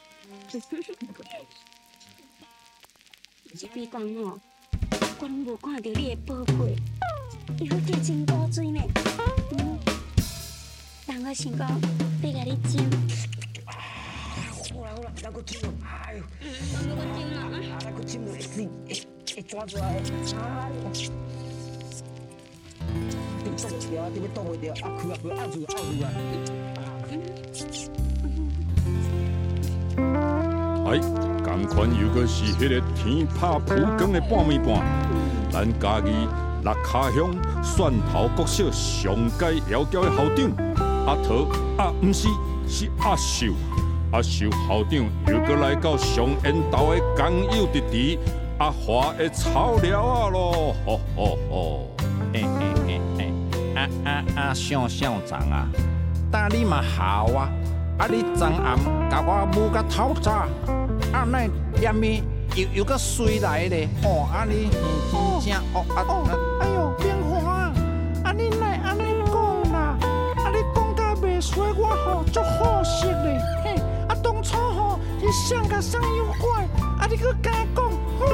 是比讲我拢无看到你的宝贝，伊好叫真古水呢。但我想讲，要甲你争。好啦，咱搁争咯，哎呦，咱搁争啦，咱搁争袂死，会抓出来，你挡袂掉，你要挡袂掉，去啊，按住啊。 同款又阁是迄个天拍蒲光的半暝半，咱家己六卡乡蒜头国小上届摇交的校长阿桃毋是阿秀，阿秀校长又阁来到上缘头的工友弟弟阿华的草料啊咯，吼吼吼！ 上长啊，但你嘛好啊，你昨暗甲我母甲透早，那念面又个水来咧，你真哎呦变化，你哪安尼讲啦？你讲甲袂衰，我足好色咧，嘿，当初是谁甲谁有怪，你搁敢讲？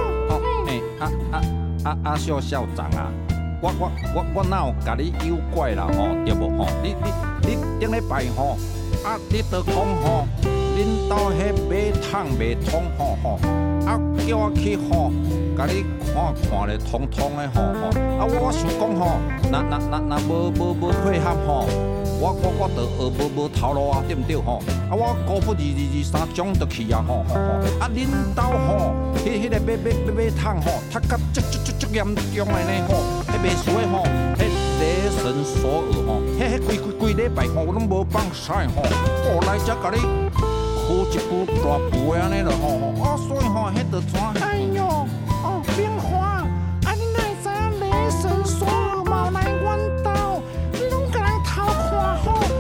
小长啊！我哪有甲你诱拐啦对无你顶礼拜你都讲恁兜迄马桶袂通叫我去甲你看咧通通的我想讲那无配合我就无头路啊，对毋对我高不223种就去啊恁兜迄个马桶他甲足严重的呢迄袂输的迄雷神索尔迄规礼拜我拢无放屎来遮甲你哭一句大步的安尼咯所以迄就怎哎呦变化你哪会知影雷神索尔嘛来阮兜你拢甲人偷看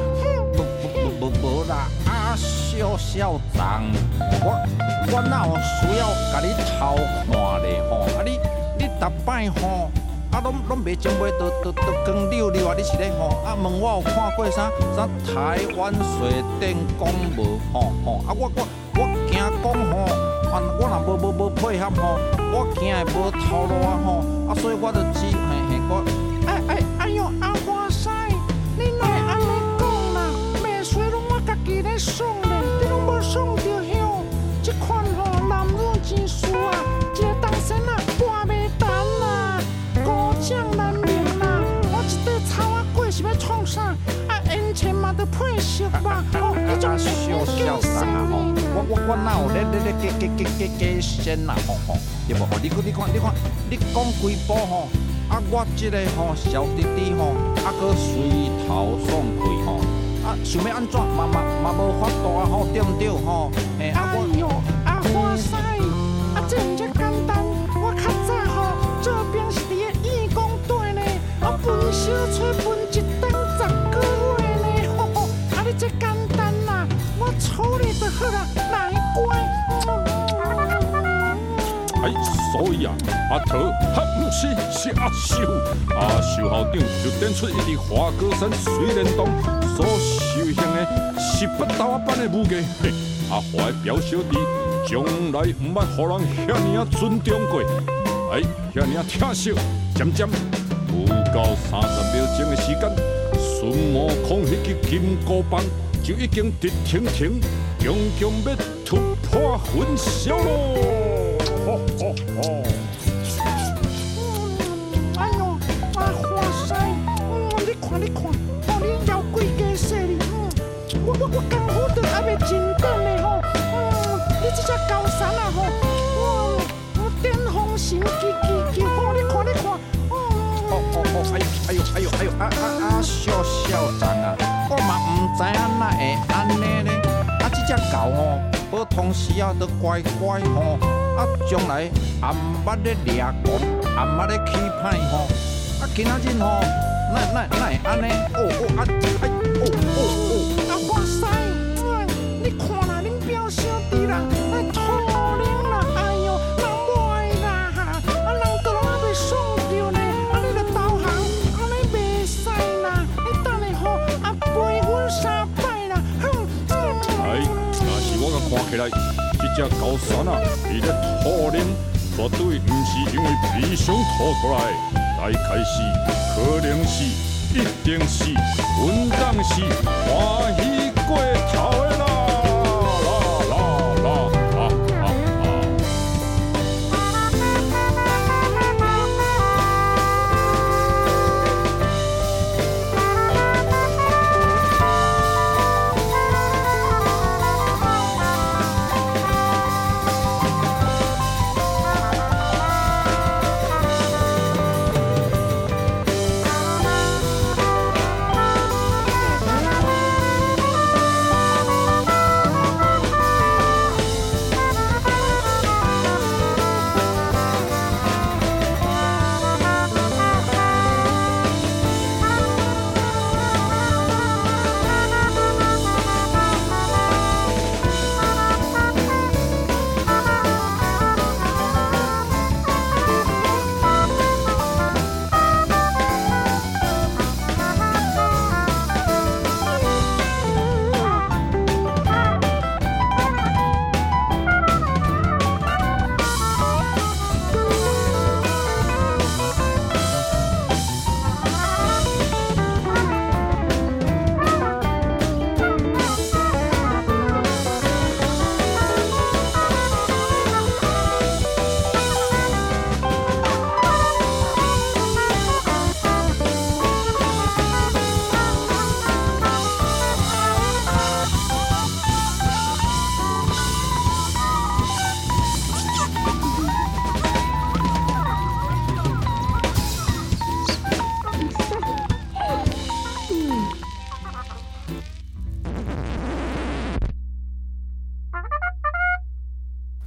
无啦小长我哪有需要甲你偷看咧你逐摆拢袂情袂都光溜溜啊！你是咧问我有看过啥台湾水电工无我惊讲我若无配合我惊会无头路啊所以我就只我哎呦阿花师，你哪会安尼讲啦？袂衰拢我家己咧爽咧，你拢无爽着香，这款男女之事啊，一个当先啊，半袂谈啦。将难明啦，我一块草仔粿是要创啥？烟钱嘛得配色吧？迄种小啥我哪有咧加鲜啦？对无？你看，你讲几步我这个小弟弟搁随头爽开想要安怎嘛无法度啊对毋对哎呦，花师，这毋只简单，我较早这边是伫个义工队呢，分小吹分1等10个月呢，你这简单啦，我处理就好啦，难怪。 所以阿桃毋是阿秀校长就点出伊伫花果山水帘洞所修行的18道班的武艺，阿华的表小弟从来毋捌互人遐尔尊重过，遐尔疼惜，渐不到30秒钟的时间，孙悟空迄支金箍棒就已经直挺挺，强要突破云霄咯！ 哎呦，花师，你看，你腰贵加细哩，我功夫都还袂真等呢你这只高山啊我巅峰神奇，你看，哎呦，小长啊，我嘛唔知影哪会安尼呢，这只狗好同时都乖将来暗捌咧掠光，暗捌咧起歹今仔日哪会安尼？花师，你看啦，恁表小弟啦，土灵啦，哎呦，人坏啦，人都拢还袂爽着呢，你著投降，安尼袂使啦，你等下陪阮3摆啦， 若是我甲看起来。这高山伊咧吐灵，绝对毋是因为皮箱吐出来，来开始可能是，一定是，稳当是欢喜过头的啦！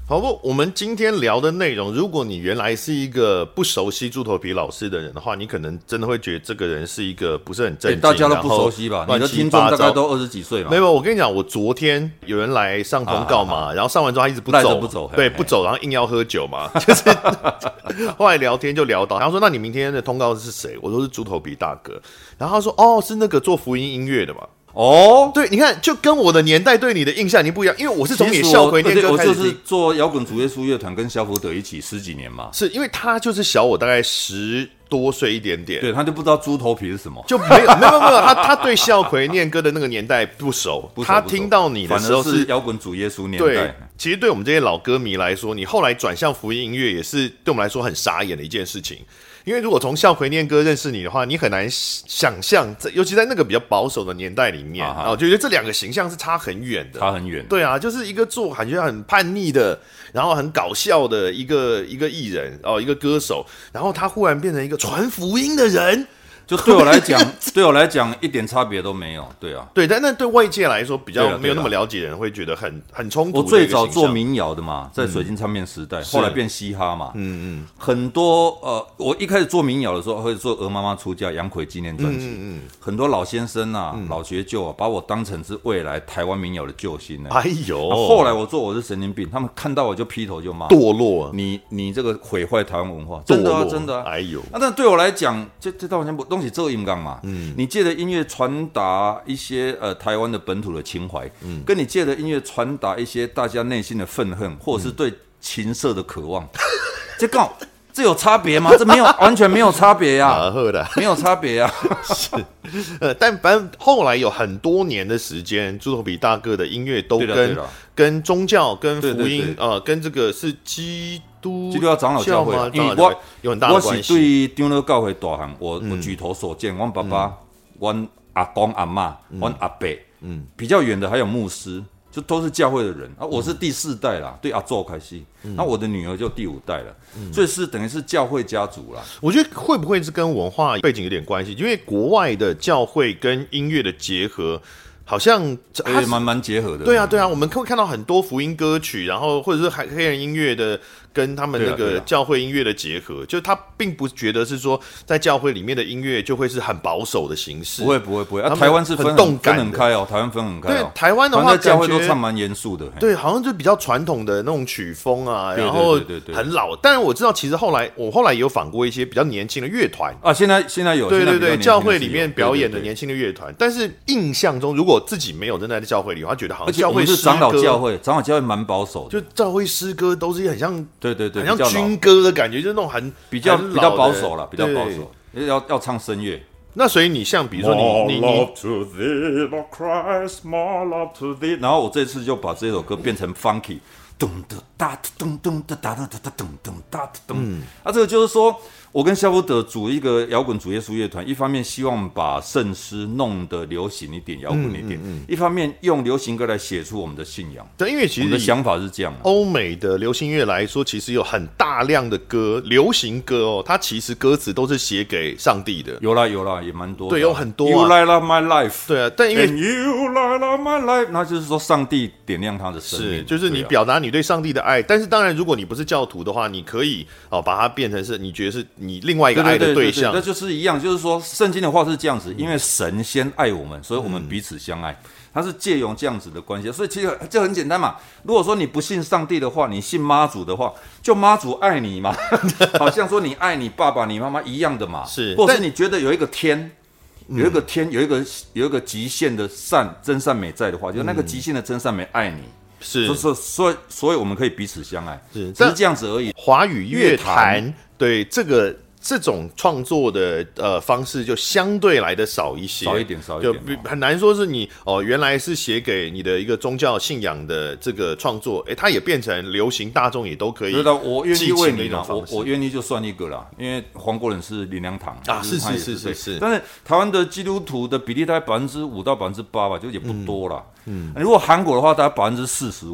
好不，我们今天聊的内容，如果你原来是一个不熟悉猪头皮老师的人的话，你可能真的会觉得这个人是一个不是很正经， 大家都不熟悉吧？你的听众大概都20几岁嘛。 没有，我跟你讲，我昨天有人来上通告嘛，然后上完之后他一直不走，对，不走，然后硬要喝酒嘛，就是后来聊天就聊到，他说：“那你明天的通告是谁？”我说：“是猪头皮大哥。”然后他说：“哦，是那个做福音音乐的嘛。”哦，对，你看，就跟我的年代对你的印象已经不一样，因为我是从你校魁念歌开始， 我就是做摇滚主耶稣乐团，跟萧福德一起10几年嘛。 是因为他就是小我大概10多岁一点点， 对，他就不知道猪头皮是什么， 就没有，他对校魁念歌的那个年代不熟，他听到你的时候是摇滚主耶稣年代。 对，其实对我们这些老歌迷来说，你后来转向福音音乐，也是对我们来说很傻眼的一件事情。因为如果从校魁念歌认识你的话，你很难想象，尤其在那个比较保守的年代里面，我觉得这两个形象是差很远的， 差很远。 对啊，就是一个做感觉很叛逆的，然后很搞笑的一个艺人一个歌手，然后他忽然变成一个传福音的人。 就对我来讲，一点差别都没有。对啊， 对，但那对外界来说比较没有那么了解的人会觉得很冲突。 我最早做民谣的嘛，在水晶唱片时代，后来变嘻哈嘛。很多我一开始做民谣的时候，会做《鹅妈妈出嫁》杨奎纪念专辑。很多老先生啊、老学究啊，把我当成是未来台湾民谣的救星呢。 哎呦！ 后来我做我是神经病，他们看到我就劈头就骂， 堕落。 你这个毁坏台湾文化，真的啊，真的啊。 哎呦！ 但对我来讲，这道歉东西做音杠嘛，你借着音乐传达一些台湾的本土的情怀，跟你借着音乐传达一些大家内心的愤恨，或者是对情色的渴望，这有差别吗？这没有，完全没有差别呀，没有差别呀。 是，但反正后来有很多年的时间，猪头皮大哥的音乐都跟宗教、跟福音跟这个是基督教长老教会，因为我有很大的关系。 我是对长老教会大汉，我举头所见，我爸爸、我阿公阿嬷、我阿伯，比较远的还有牧师。就都是教会的人啊，我是第4代啦，对阿祖开始，那我的女儿就第5代了，所以是等于是教会家族啦。 我觉得会不会是跟文化背景有点关系？因为国外的教会跟音乐的结合，好像蛮结合的。 对啊，我们会看到很多福音歌曲，然后或者是黑人音乐的跟他们那个教会音乐的结合，就他并不觉得是说在教会里面的音乐就会是很保守的形式。 不会啊，台湾是分很开哦，台湾分很开哦。 对，台湾的话， 在教会都唱蛮严肃的。 对，好像就比较传统的那种曲风啊，然后很老。但是我知道，其实我后来也有访过一些比较年轻的乐团啊，现在有对，教会里面表演的年轻的乐团。但是印象中，如果自己没有真的在教会里，他觉得好像教会是长老教会蛮保守的， 就教会诗歌都是很像。 对， 很像军歌的感觉，就是那种比较保守了，比较保守，要唱声乐。 那所以你像比如说你 love to thee, Lord Christ, more love to thee， 然后我这次就把这首歌变成 funky， 咚咚哒咚咚哒哒哒哒咚咚哒咚。这个就是说。我跟萧福德组一个摇滚主耶稣乐团，一方面希望把圣诗弄得流行一点、摇滚一点，一方面用流行歌来写出我们的信仰。 对，因为其实我们的想法是这样。 欧美的流行乐来说，其实有很大量的歌，流行歌它其实歌词都是写给上帝的。 有啦，也蛮多的。 对，有很多。 You light up my life。 对啊，但因为 You light up my life， 那就是说上帝点亮他的生命， 就是你表达你对上帝的爱。但是当然，如果你不是教徒的话，你可以把它变成是你觉得是你另外一个爱的对象。 那就是一样，就是说圣经的话是这样子，因为神先爱我们，所以我们彼此相爱。它是借用这样子的关系，所以其实这很简单嘛。如果说你不信上帝的话，你信妈祖的话，就妈祖爱你嘛，好像说你爱你爸爸、你妈妈一样的嘛。 是， 或是你觉得有一个天，有一个极限的真善美在的话，就那个极限的真善美爱你。 是， 所以我们可以彼此相爱，只是这样子而已。 华语乐坛对这种创作的方式就相对来的少一些， 少一点， 就很难说是你原来是写给你的一个宗教信仰的这个创作，它也变成流行大众也都可以。 对的，我愿意为你啦，我愿意就算一个啦，因为黄国仁是林良堂啊，是， 但是台湾的基督徒的比例大概5%到8%吧，就也不多啦。如果韩国的话，大概45%。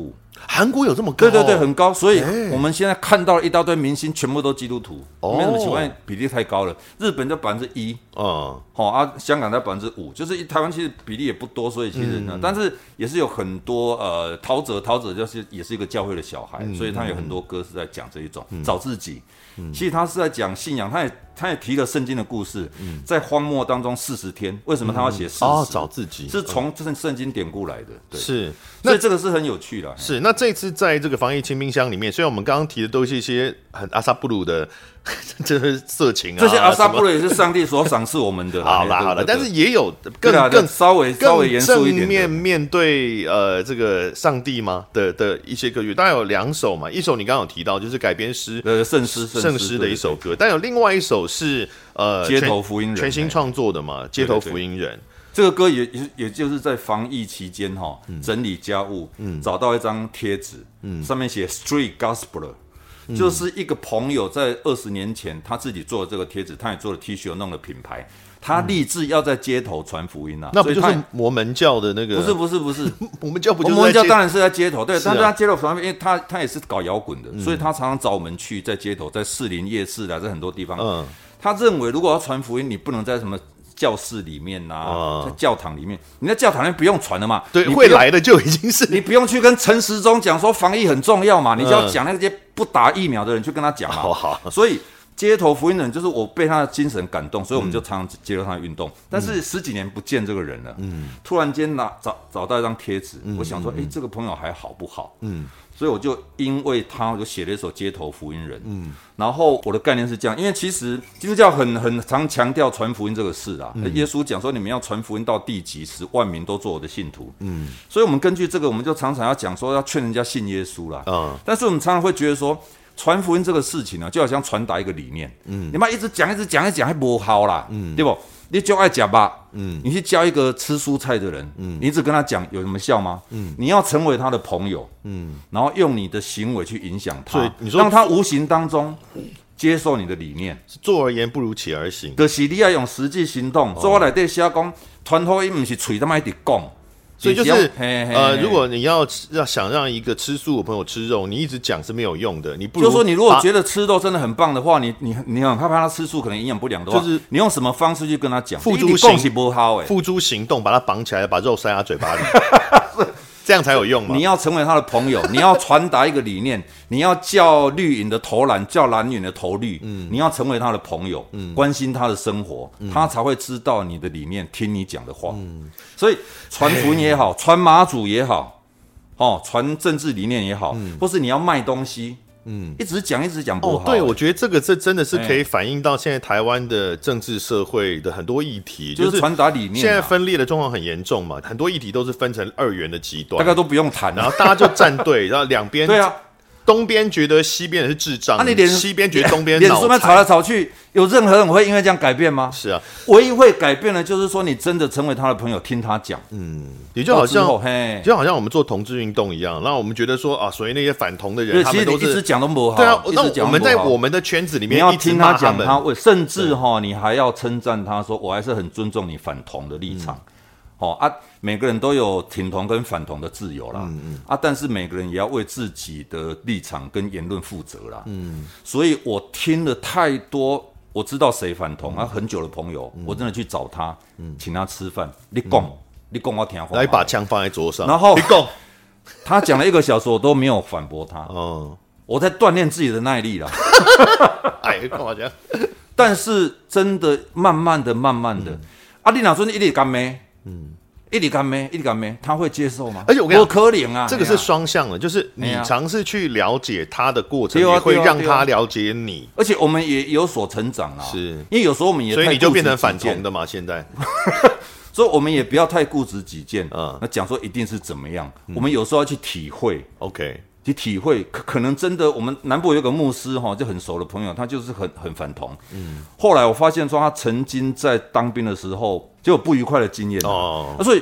韩国有这么高？ 对，很高。所以我们现在看到一大堆明星全部都基督徒，没什么奇怪，比例太高了。日本就1%，香港才5%，就是台湾其实比例也不多，所以其实呢，但是也是有很多陶喆就是也是一个教会的小孩，所以他有很多歌是在讲这一种找自己。其实他是在讲信仰，他也提了圣经的故事，在荒漠当中40天，为什么他要写40？ 找自己是从圣经典故来的，对， 是， 所以这个是很有趣的。 是，那这次在这个防疫清冰箱里面，虽然我们刚刚提的都是一些很阿萨布鲁的，就是色情啊， 这些阿萨布鲁也是上帝所赏赐我们的。 好啦，但是也有更稍微严肃一点的， 正面对这个上帝吗的一些歌曲，当然有2首嘛，一首你刚刚有提到就是改编圣诗的一首歌，但有另外一首是街头福音人全新创作的嘛，街头福音人。 这个歌也就是在防疫期间整理家务，找到一张贴纸，上面写 Street Gospel，就是一个朋友在20年前他自己做的这个贴纸，他也做了 T 恤，弄了品牌。他立志要在街头传福音啊， 那不就是摩门教的那个？ 不是， 摩门教不就是摩门教当然是在街头，对，但是他街头传福音，因为他也是搞摇滚的，所以他常常找我们去在街头，在士林夜市在很多地方。他认为如果要传福音，你不能在什么教室里面在教堂里面，你在教堂里面不用传了嘛， 对，会来的就已经是你不用去跟陈时中讲说防疫很重要嘛，你就要讲那些不打疫苗的人去跟他讲嘛，所以。街头福音人就是我被他的精神感动，所以我们就常常接受他的运动。但是10几年不见这个人了，突然间找到一张贴纸，我想说，这个朋友还好不好？所以我就因为他，我就写了一首《街头福音人》。然后我的概念是这样，因为其实基督教很常强调传福音这个事啦。耶稣讲说，你们要传福音到地极，使万民都做我的信徒。所以我们根据这个，我们就常常要讲说，要劝人家信耶稣啦。但是我们常常会觉得说。传福音这个事情呢，就好像传达一个理念，你妈一直讲，还不好啦，对不？你就爱讲吧，你去教一个吃蔬菜的人，你一直跟他讲有什么效吗？你要成为他的朋友，然后用你的行为去影响他，所以你说让他无形当中接受你的理念。 坐而言不如起而行， 就是你要用实际行动。所以我内底写讲，传福音不是嘴他妈一直讲。 所以就是如果你要想让一个吃素的朋友吃肉，你一直讲是没有用的。你不如就是说，你如果觉得吃肉真的很棒的话，你很害怕他吃素可能营养不良的话，就是你用什么方式去跟他讲？付诸行动，把他绑起来，把肉塞他嘴巴里。这样才有用嘛？ 你要成为他的朋友，你要传达一个理念，你要叫绿营的投蓝，叫蓝营的投绿，你要成为他的朋友，关心他的生活，他才会知道你的理念，听你讲的话。所以传福音也好，传马祖也好，传政治理念也好，或是你要卖东西。一直讲不好。 对，我觉得这真的是可以反映到现在台湾的政治社会的很多议题， 就是传达理念。 现在分裂的状况很严重嘛，很多议题都是分成2元的极端， 大概都不用谈， 然后大家就站队，然后两边对啊。 东边觉得西边是智障，西边觉得东边脑残，脸书那吵来吵去，有任何人会因为这样改变吗？ 是啊， 唯一会改变的就是说你真的成为他的朋友，听他讲。 也就好像我们做同志运动一样，那我们觉得说啊，所以那些反同的人，他们都是一直讲都不好。 对啊，那我们在我们的圈子里面， 你要听他讲甚至你还要称赞他说，我还是很尊重你反同的立场。每个人都有挺同跟反同的自由啦，但是每个人也要为自己的立场跟言论负责啦。所以我听了太多，我知道谁反同很久的朋友，我真的去找他，请他吃饭。你讲我听话， 来把枪放在桌上， 然后他讲了1个小时，我都没有反驳他。我在锻炼自己的耐力啦。 干嘛这样？ 但是真的慢慢的，你哪说你一直干咩？一直干咩？他会接受吗？ 而且我跟你讲， 可怜啊， 这个是双向的，就是你尝试去了解他的过程，也会让他了解你。 而且我们也有所成长啊， 是因为有时候我们也所以你就变成反同的嘛，现在。 所以我们也不要太固执己见，那讲说一定是怎么样，我们有时候要去体会 ，OK， 去体会，可能真的，我们南部有个牧师就很熟的朋友，他就是很反同，后来我发现说他曾经在当兵的时候就有不愉快的经验所以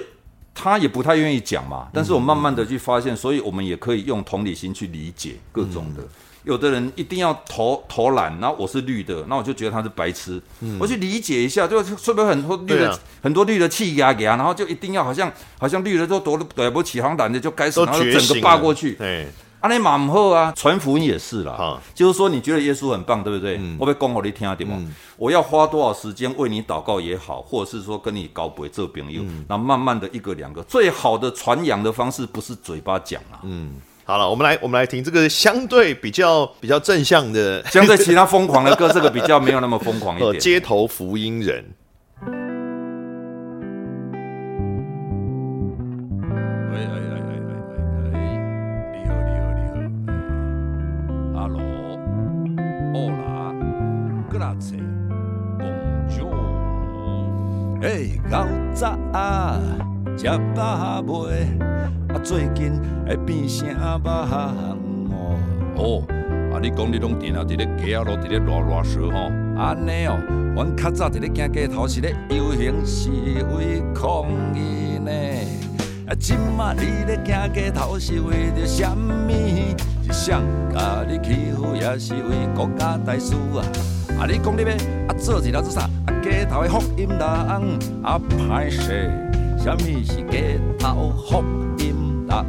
他也不太愿意讲嘛，但是我慢慢的去发现，所以我们也可以用同理心去理解各种的。有的人一定要投篮，然后我是绿的，那我就觉得他是白痴。我去理解一下，就是会不会很多绿的气压给他，然后就一定要好像绿的都多了不起，好像蓝的就该死，然后整个霸过去。那嘛不好啊，传福音也是啦。就是说你觉得耶稣很棒，对不对？我要讲给你听到吗？我要花多少时间为你祷告也好，或者是说跟你交陪做朋友，然后慢慢的一个两个，最好的传扬的方式不是嘴巴讲啊。 好了，我们来听这个相对比较正向的， 相对其他疯狂的歌，这个比较没有那么疯狂一点。 街头福音人。 较早食饱未？最近会变成肉哦。你讲你拢定啊，伫咧街仔路，伫咧热烧吼，安尼哦。阮较早伫咧行街头，是咧游行示威抗议呢。即马你咧行街头是为着啥物？是想甲你欺负，也是为国家大事啊？你讲你要做一条做啥？街头的福音人歹势，啥物是街头福音人？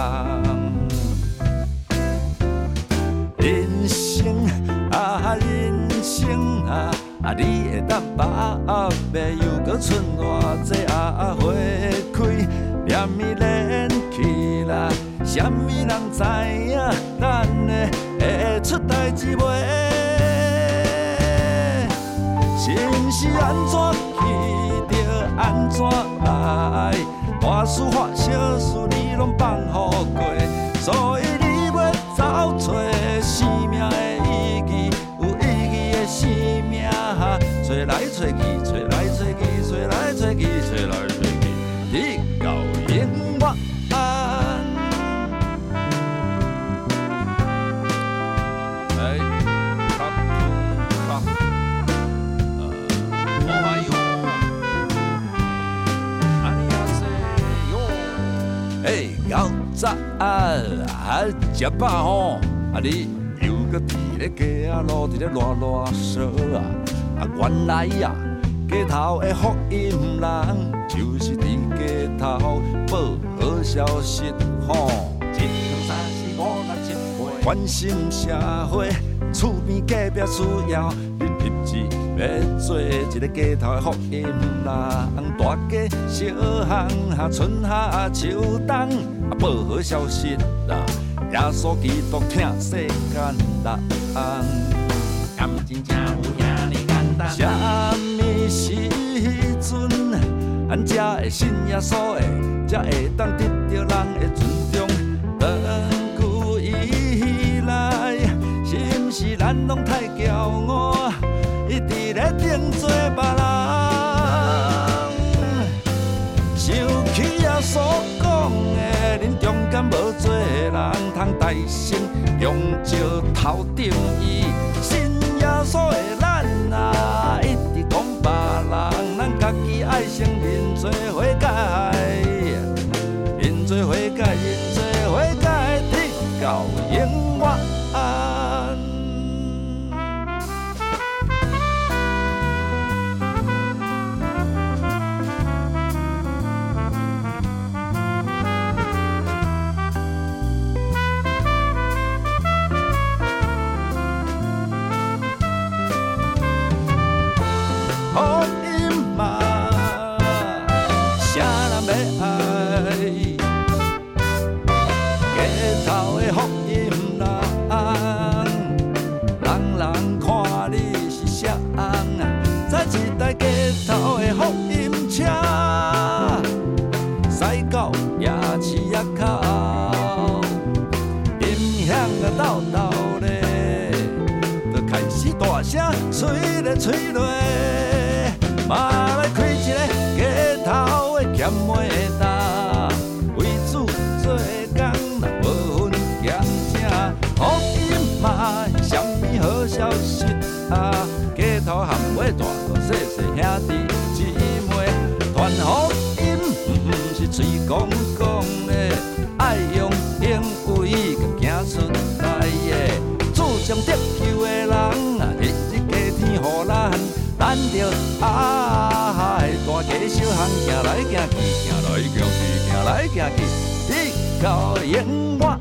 人生人生你会当把握又搁剩偌济花开，念伊连起来，啥物人知影？咱会出代志袂？心是安怎去，着安怎来？大事化小事，你拢放乎过，所以你要找找生命的意义，有意义的生命，找来找去，找来找去，找来找去，找来找去，直到永远。较早食饱吼，你又搁伫咧街仔路，伫咧热烧原来街头的福音人，就是伫街头报好消息吼。一两三四五六七八，关心社会，厝边隔壁需要你立志要做一个街头的福音人。大街小巷，春夏秋冬，报好消息啦！耶稣基督疼世间人，甘真正有遐尼简单。啥物时阵，咱才会信耶稣的，才会当得到人的尊重。长久以来，是毋是咱拢太骄傲，一直咧定做别人？想起耶稣讲的，恁中间无做人通大声用石头顶伊。信耶稣的咱一直讲别人，咱家己爱先认罪悔改，认罪悔改，认罪悔改，直到永远。吹咧吹落，嘛来开一个街头的咸糜搭，为主做工，人无分咸正。福音嘛是啥物好消息街头含尾大大细细兄弟姊妹，传福音毋是一嘴讲讲的，爱用行为甲行出来的。主张得救的人啊，日日加天予咱着爱大家小巷行来行去，行来行去，行来行去，直到永远。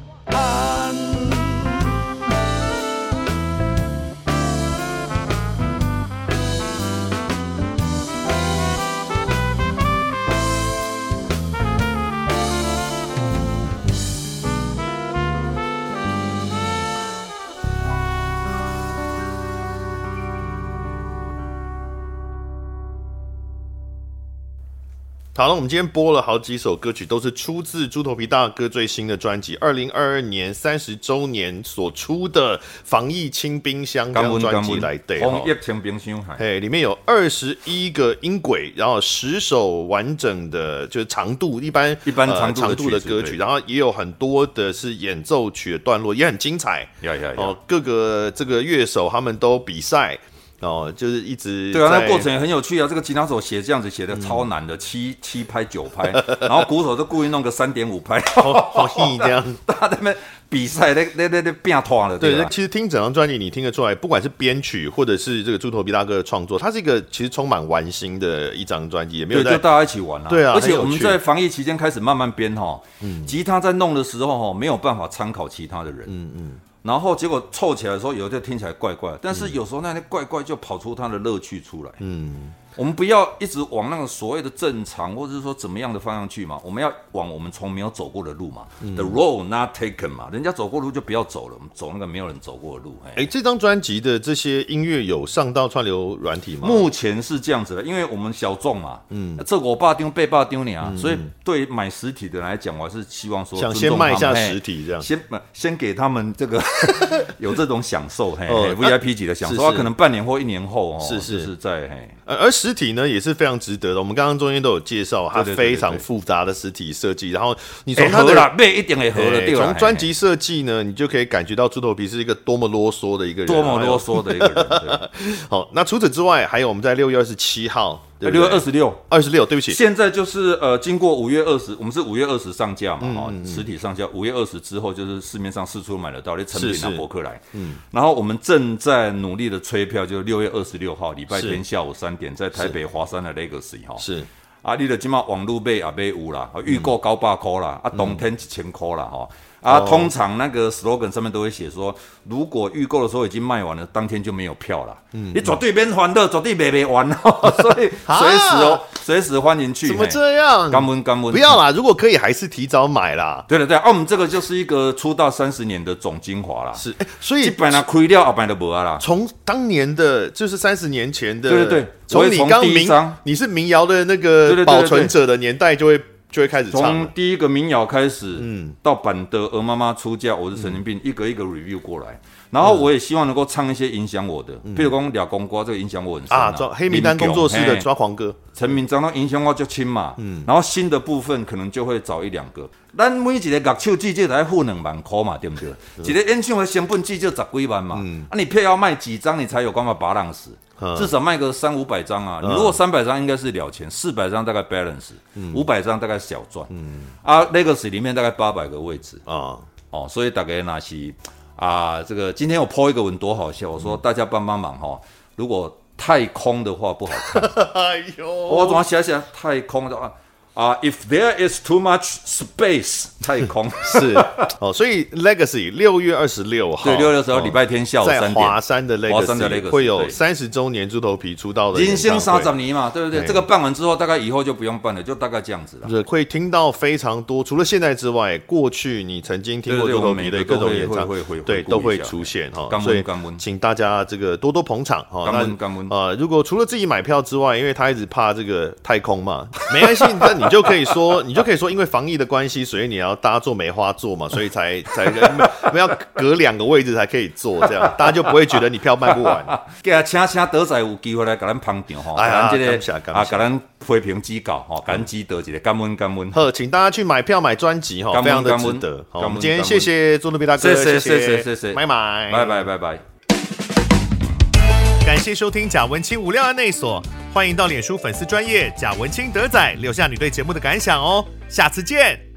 好了，我们今天播了好几首歌曲，都是出自猪头皮大哥最新的专辑，2022年30周年所出的《防疫清冰箱》这张专辑来对， 防疫清冰箱， 里面有21个音轨，然后10首完整的，就是长度一般长度的歌曲，然后也有很多的是演奏曲的段落，也很精彩。各个这个乐手他们都比赛。就是一直对啊，那过程也很有趣啊。这个吉他手写这样子写的超难的，7拍9拍，然后鼓手就故意弄个3.5拍， 好细这样。 大家在那边比赛，那变拖了。 对，其实听整张专辑，你听得出来，不管是编曲或者是这个猪头皮大哥的创作，它是一个其实充满玩心的一张专辑，也没有就大家一起玩啊。 对啊， 而且我们在防疫期间开始慢慢编吉他在弄的时候没有办法参考其他的人，然后结果凑起来的时候，有的听起来怪怪，但是有时候那些怪怪就跑出它的乐趣出来。我们不要一直往那个所谓的正常，或者是说怎么样的方向去嘛，我们要往我们从没有走过的路嘛。The road not taken 嘛，人家走过路就不要走了，我们走那个没有人走过的路。 这张专辑的这些音乐有上到串流软体吗？ 目前是这样子的，因为我们小众嘛，这500张800张呢，所以对买实体的人来讲，我还是希望说想先卖下实体这样， 先给他们这个有这种享受，VIP 级的享受，可能半年或1年后就是在而实体呢也是非常值得的。我们刚刚中间都有介绍，它非常复杂的实体设计。然后你从它的买一定会合的，对吧？ 从专辑设计呢，你就可以感觉到猪头皮是一个多么啰嗦的一个人， 多么啰嗦的一个人。 好，那除此之外，还有我们在6月27号。 6月26， 对不起。 现在就是经过5月20，我们是5月20上架嘛，实体上架。5月20之后，就是市面上四处买得到，你成品拿博客来。然后我们正在努力的催票，就是6月26号礼拜天下午3点，在台北华山的 Legacy 是啊，你就今嘛网路买也买有啦，预购900块啦，冬天1000块啦通常那个 slogan 上面都会写说，如果预购的时候已经卖完了，当天就没有票了。你绝对免还的，绝对卖完所以随时欢迎去。 怎么这样？ 感恩不要啦，如果可以还是提早买啦。 对我们这个就是一个出道30年的总精华啦。 是，所以一般开了后半都没啦。 从当年的就是30年前的， 对， 从你刚你是民谣的那个保存者的年代就会开始唱， 从第一个民谣开始，到版的鹅妈妈出嫁，我是神经病，一个一个 review 过来，然后我也希望能够唱一些影响我的，譬如讲俩公瓜这个影响我很深黑名单工作室的抓狂歌， 陈明章那影响我就轻嘛，然后新的部分可能就会找1-2个。咱每一个乐手季就才付2万块嘛，对不对？一个演唱会成本季就10几万嘛，你票要卖几张，你才有办法把浪死。至少卖个300-500张啊！你如果300张应该是了钱，400张大概 balance，500张大概小赚。Legacy 里面大概800个位置所以大概那是这个今天我 po 一个文多好笑，我说大家帮忙如果太空的话不好看。 哎呦， 我怎么写太空的？If there is too much space， 太空是所以 Legacy 6月26号， 对，6月26号礼拜天下午3点， 在华山的 Legacy 会有30周年猪头皮出道的人生30年嘛，对不对？这个办完之后，大概以后就不用办了，就大概这样子了。 会听到非常多，除了现在之外，过去你曾经听过猪头皮的各种演唱会，对，都会出现所以请大家这个多多捧场如果除了自己买票之外，因为他一直怕这个太空嘛，没关系，你就可以说，因为防疫的关系，所以你要大家坐梅花座嘛，所以才要隔2个位置才可以坐，这样大家就不会觉得你票卖不完。 请德仔有机会来给咱捧场给咱批评指教给咱指导一下，感恩。 好，请大家去买票买专辑非常的值得。我们今天谢谢猪头皮大哥， 谢谢， 拜拜。感谢收听贾文清无料案内所，欢迎到脸书粉丝专页贾文清德仔留下你对节目的感想哦。 下次见。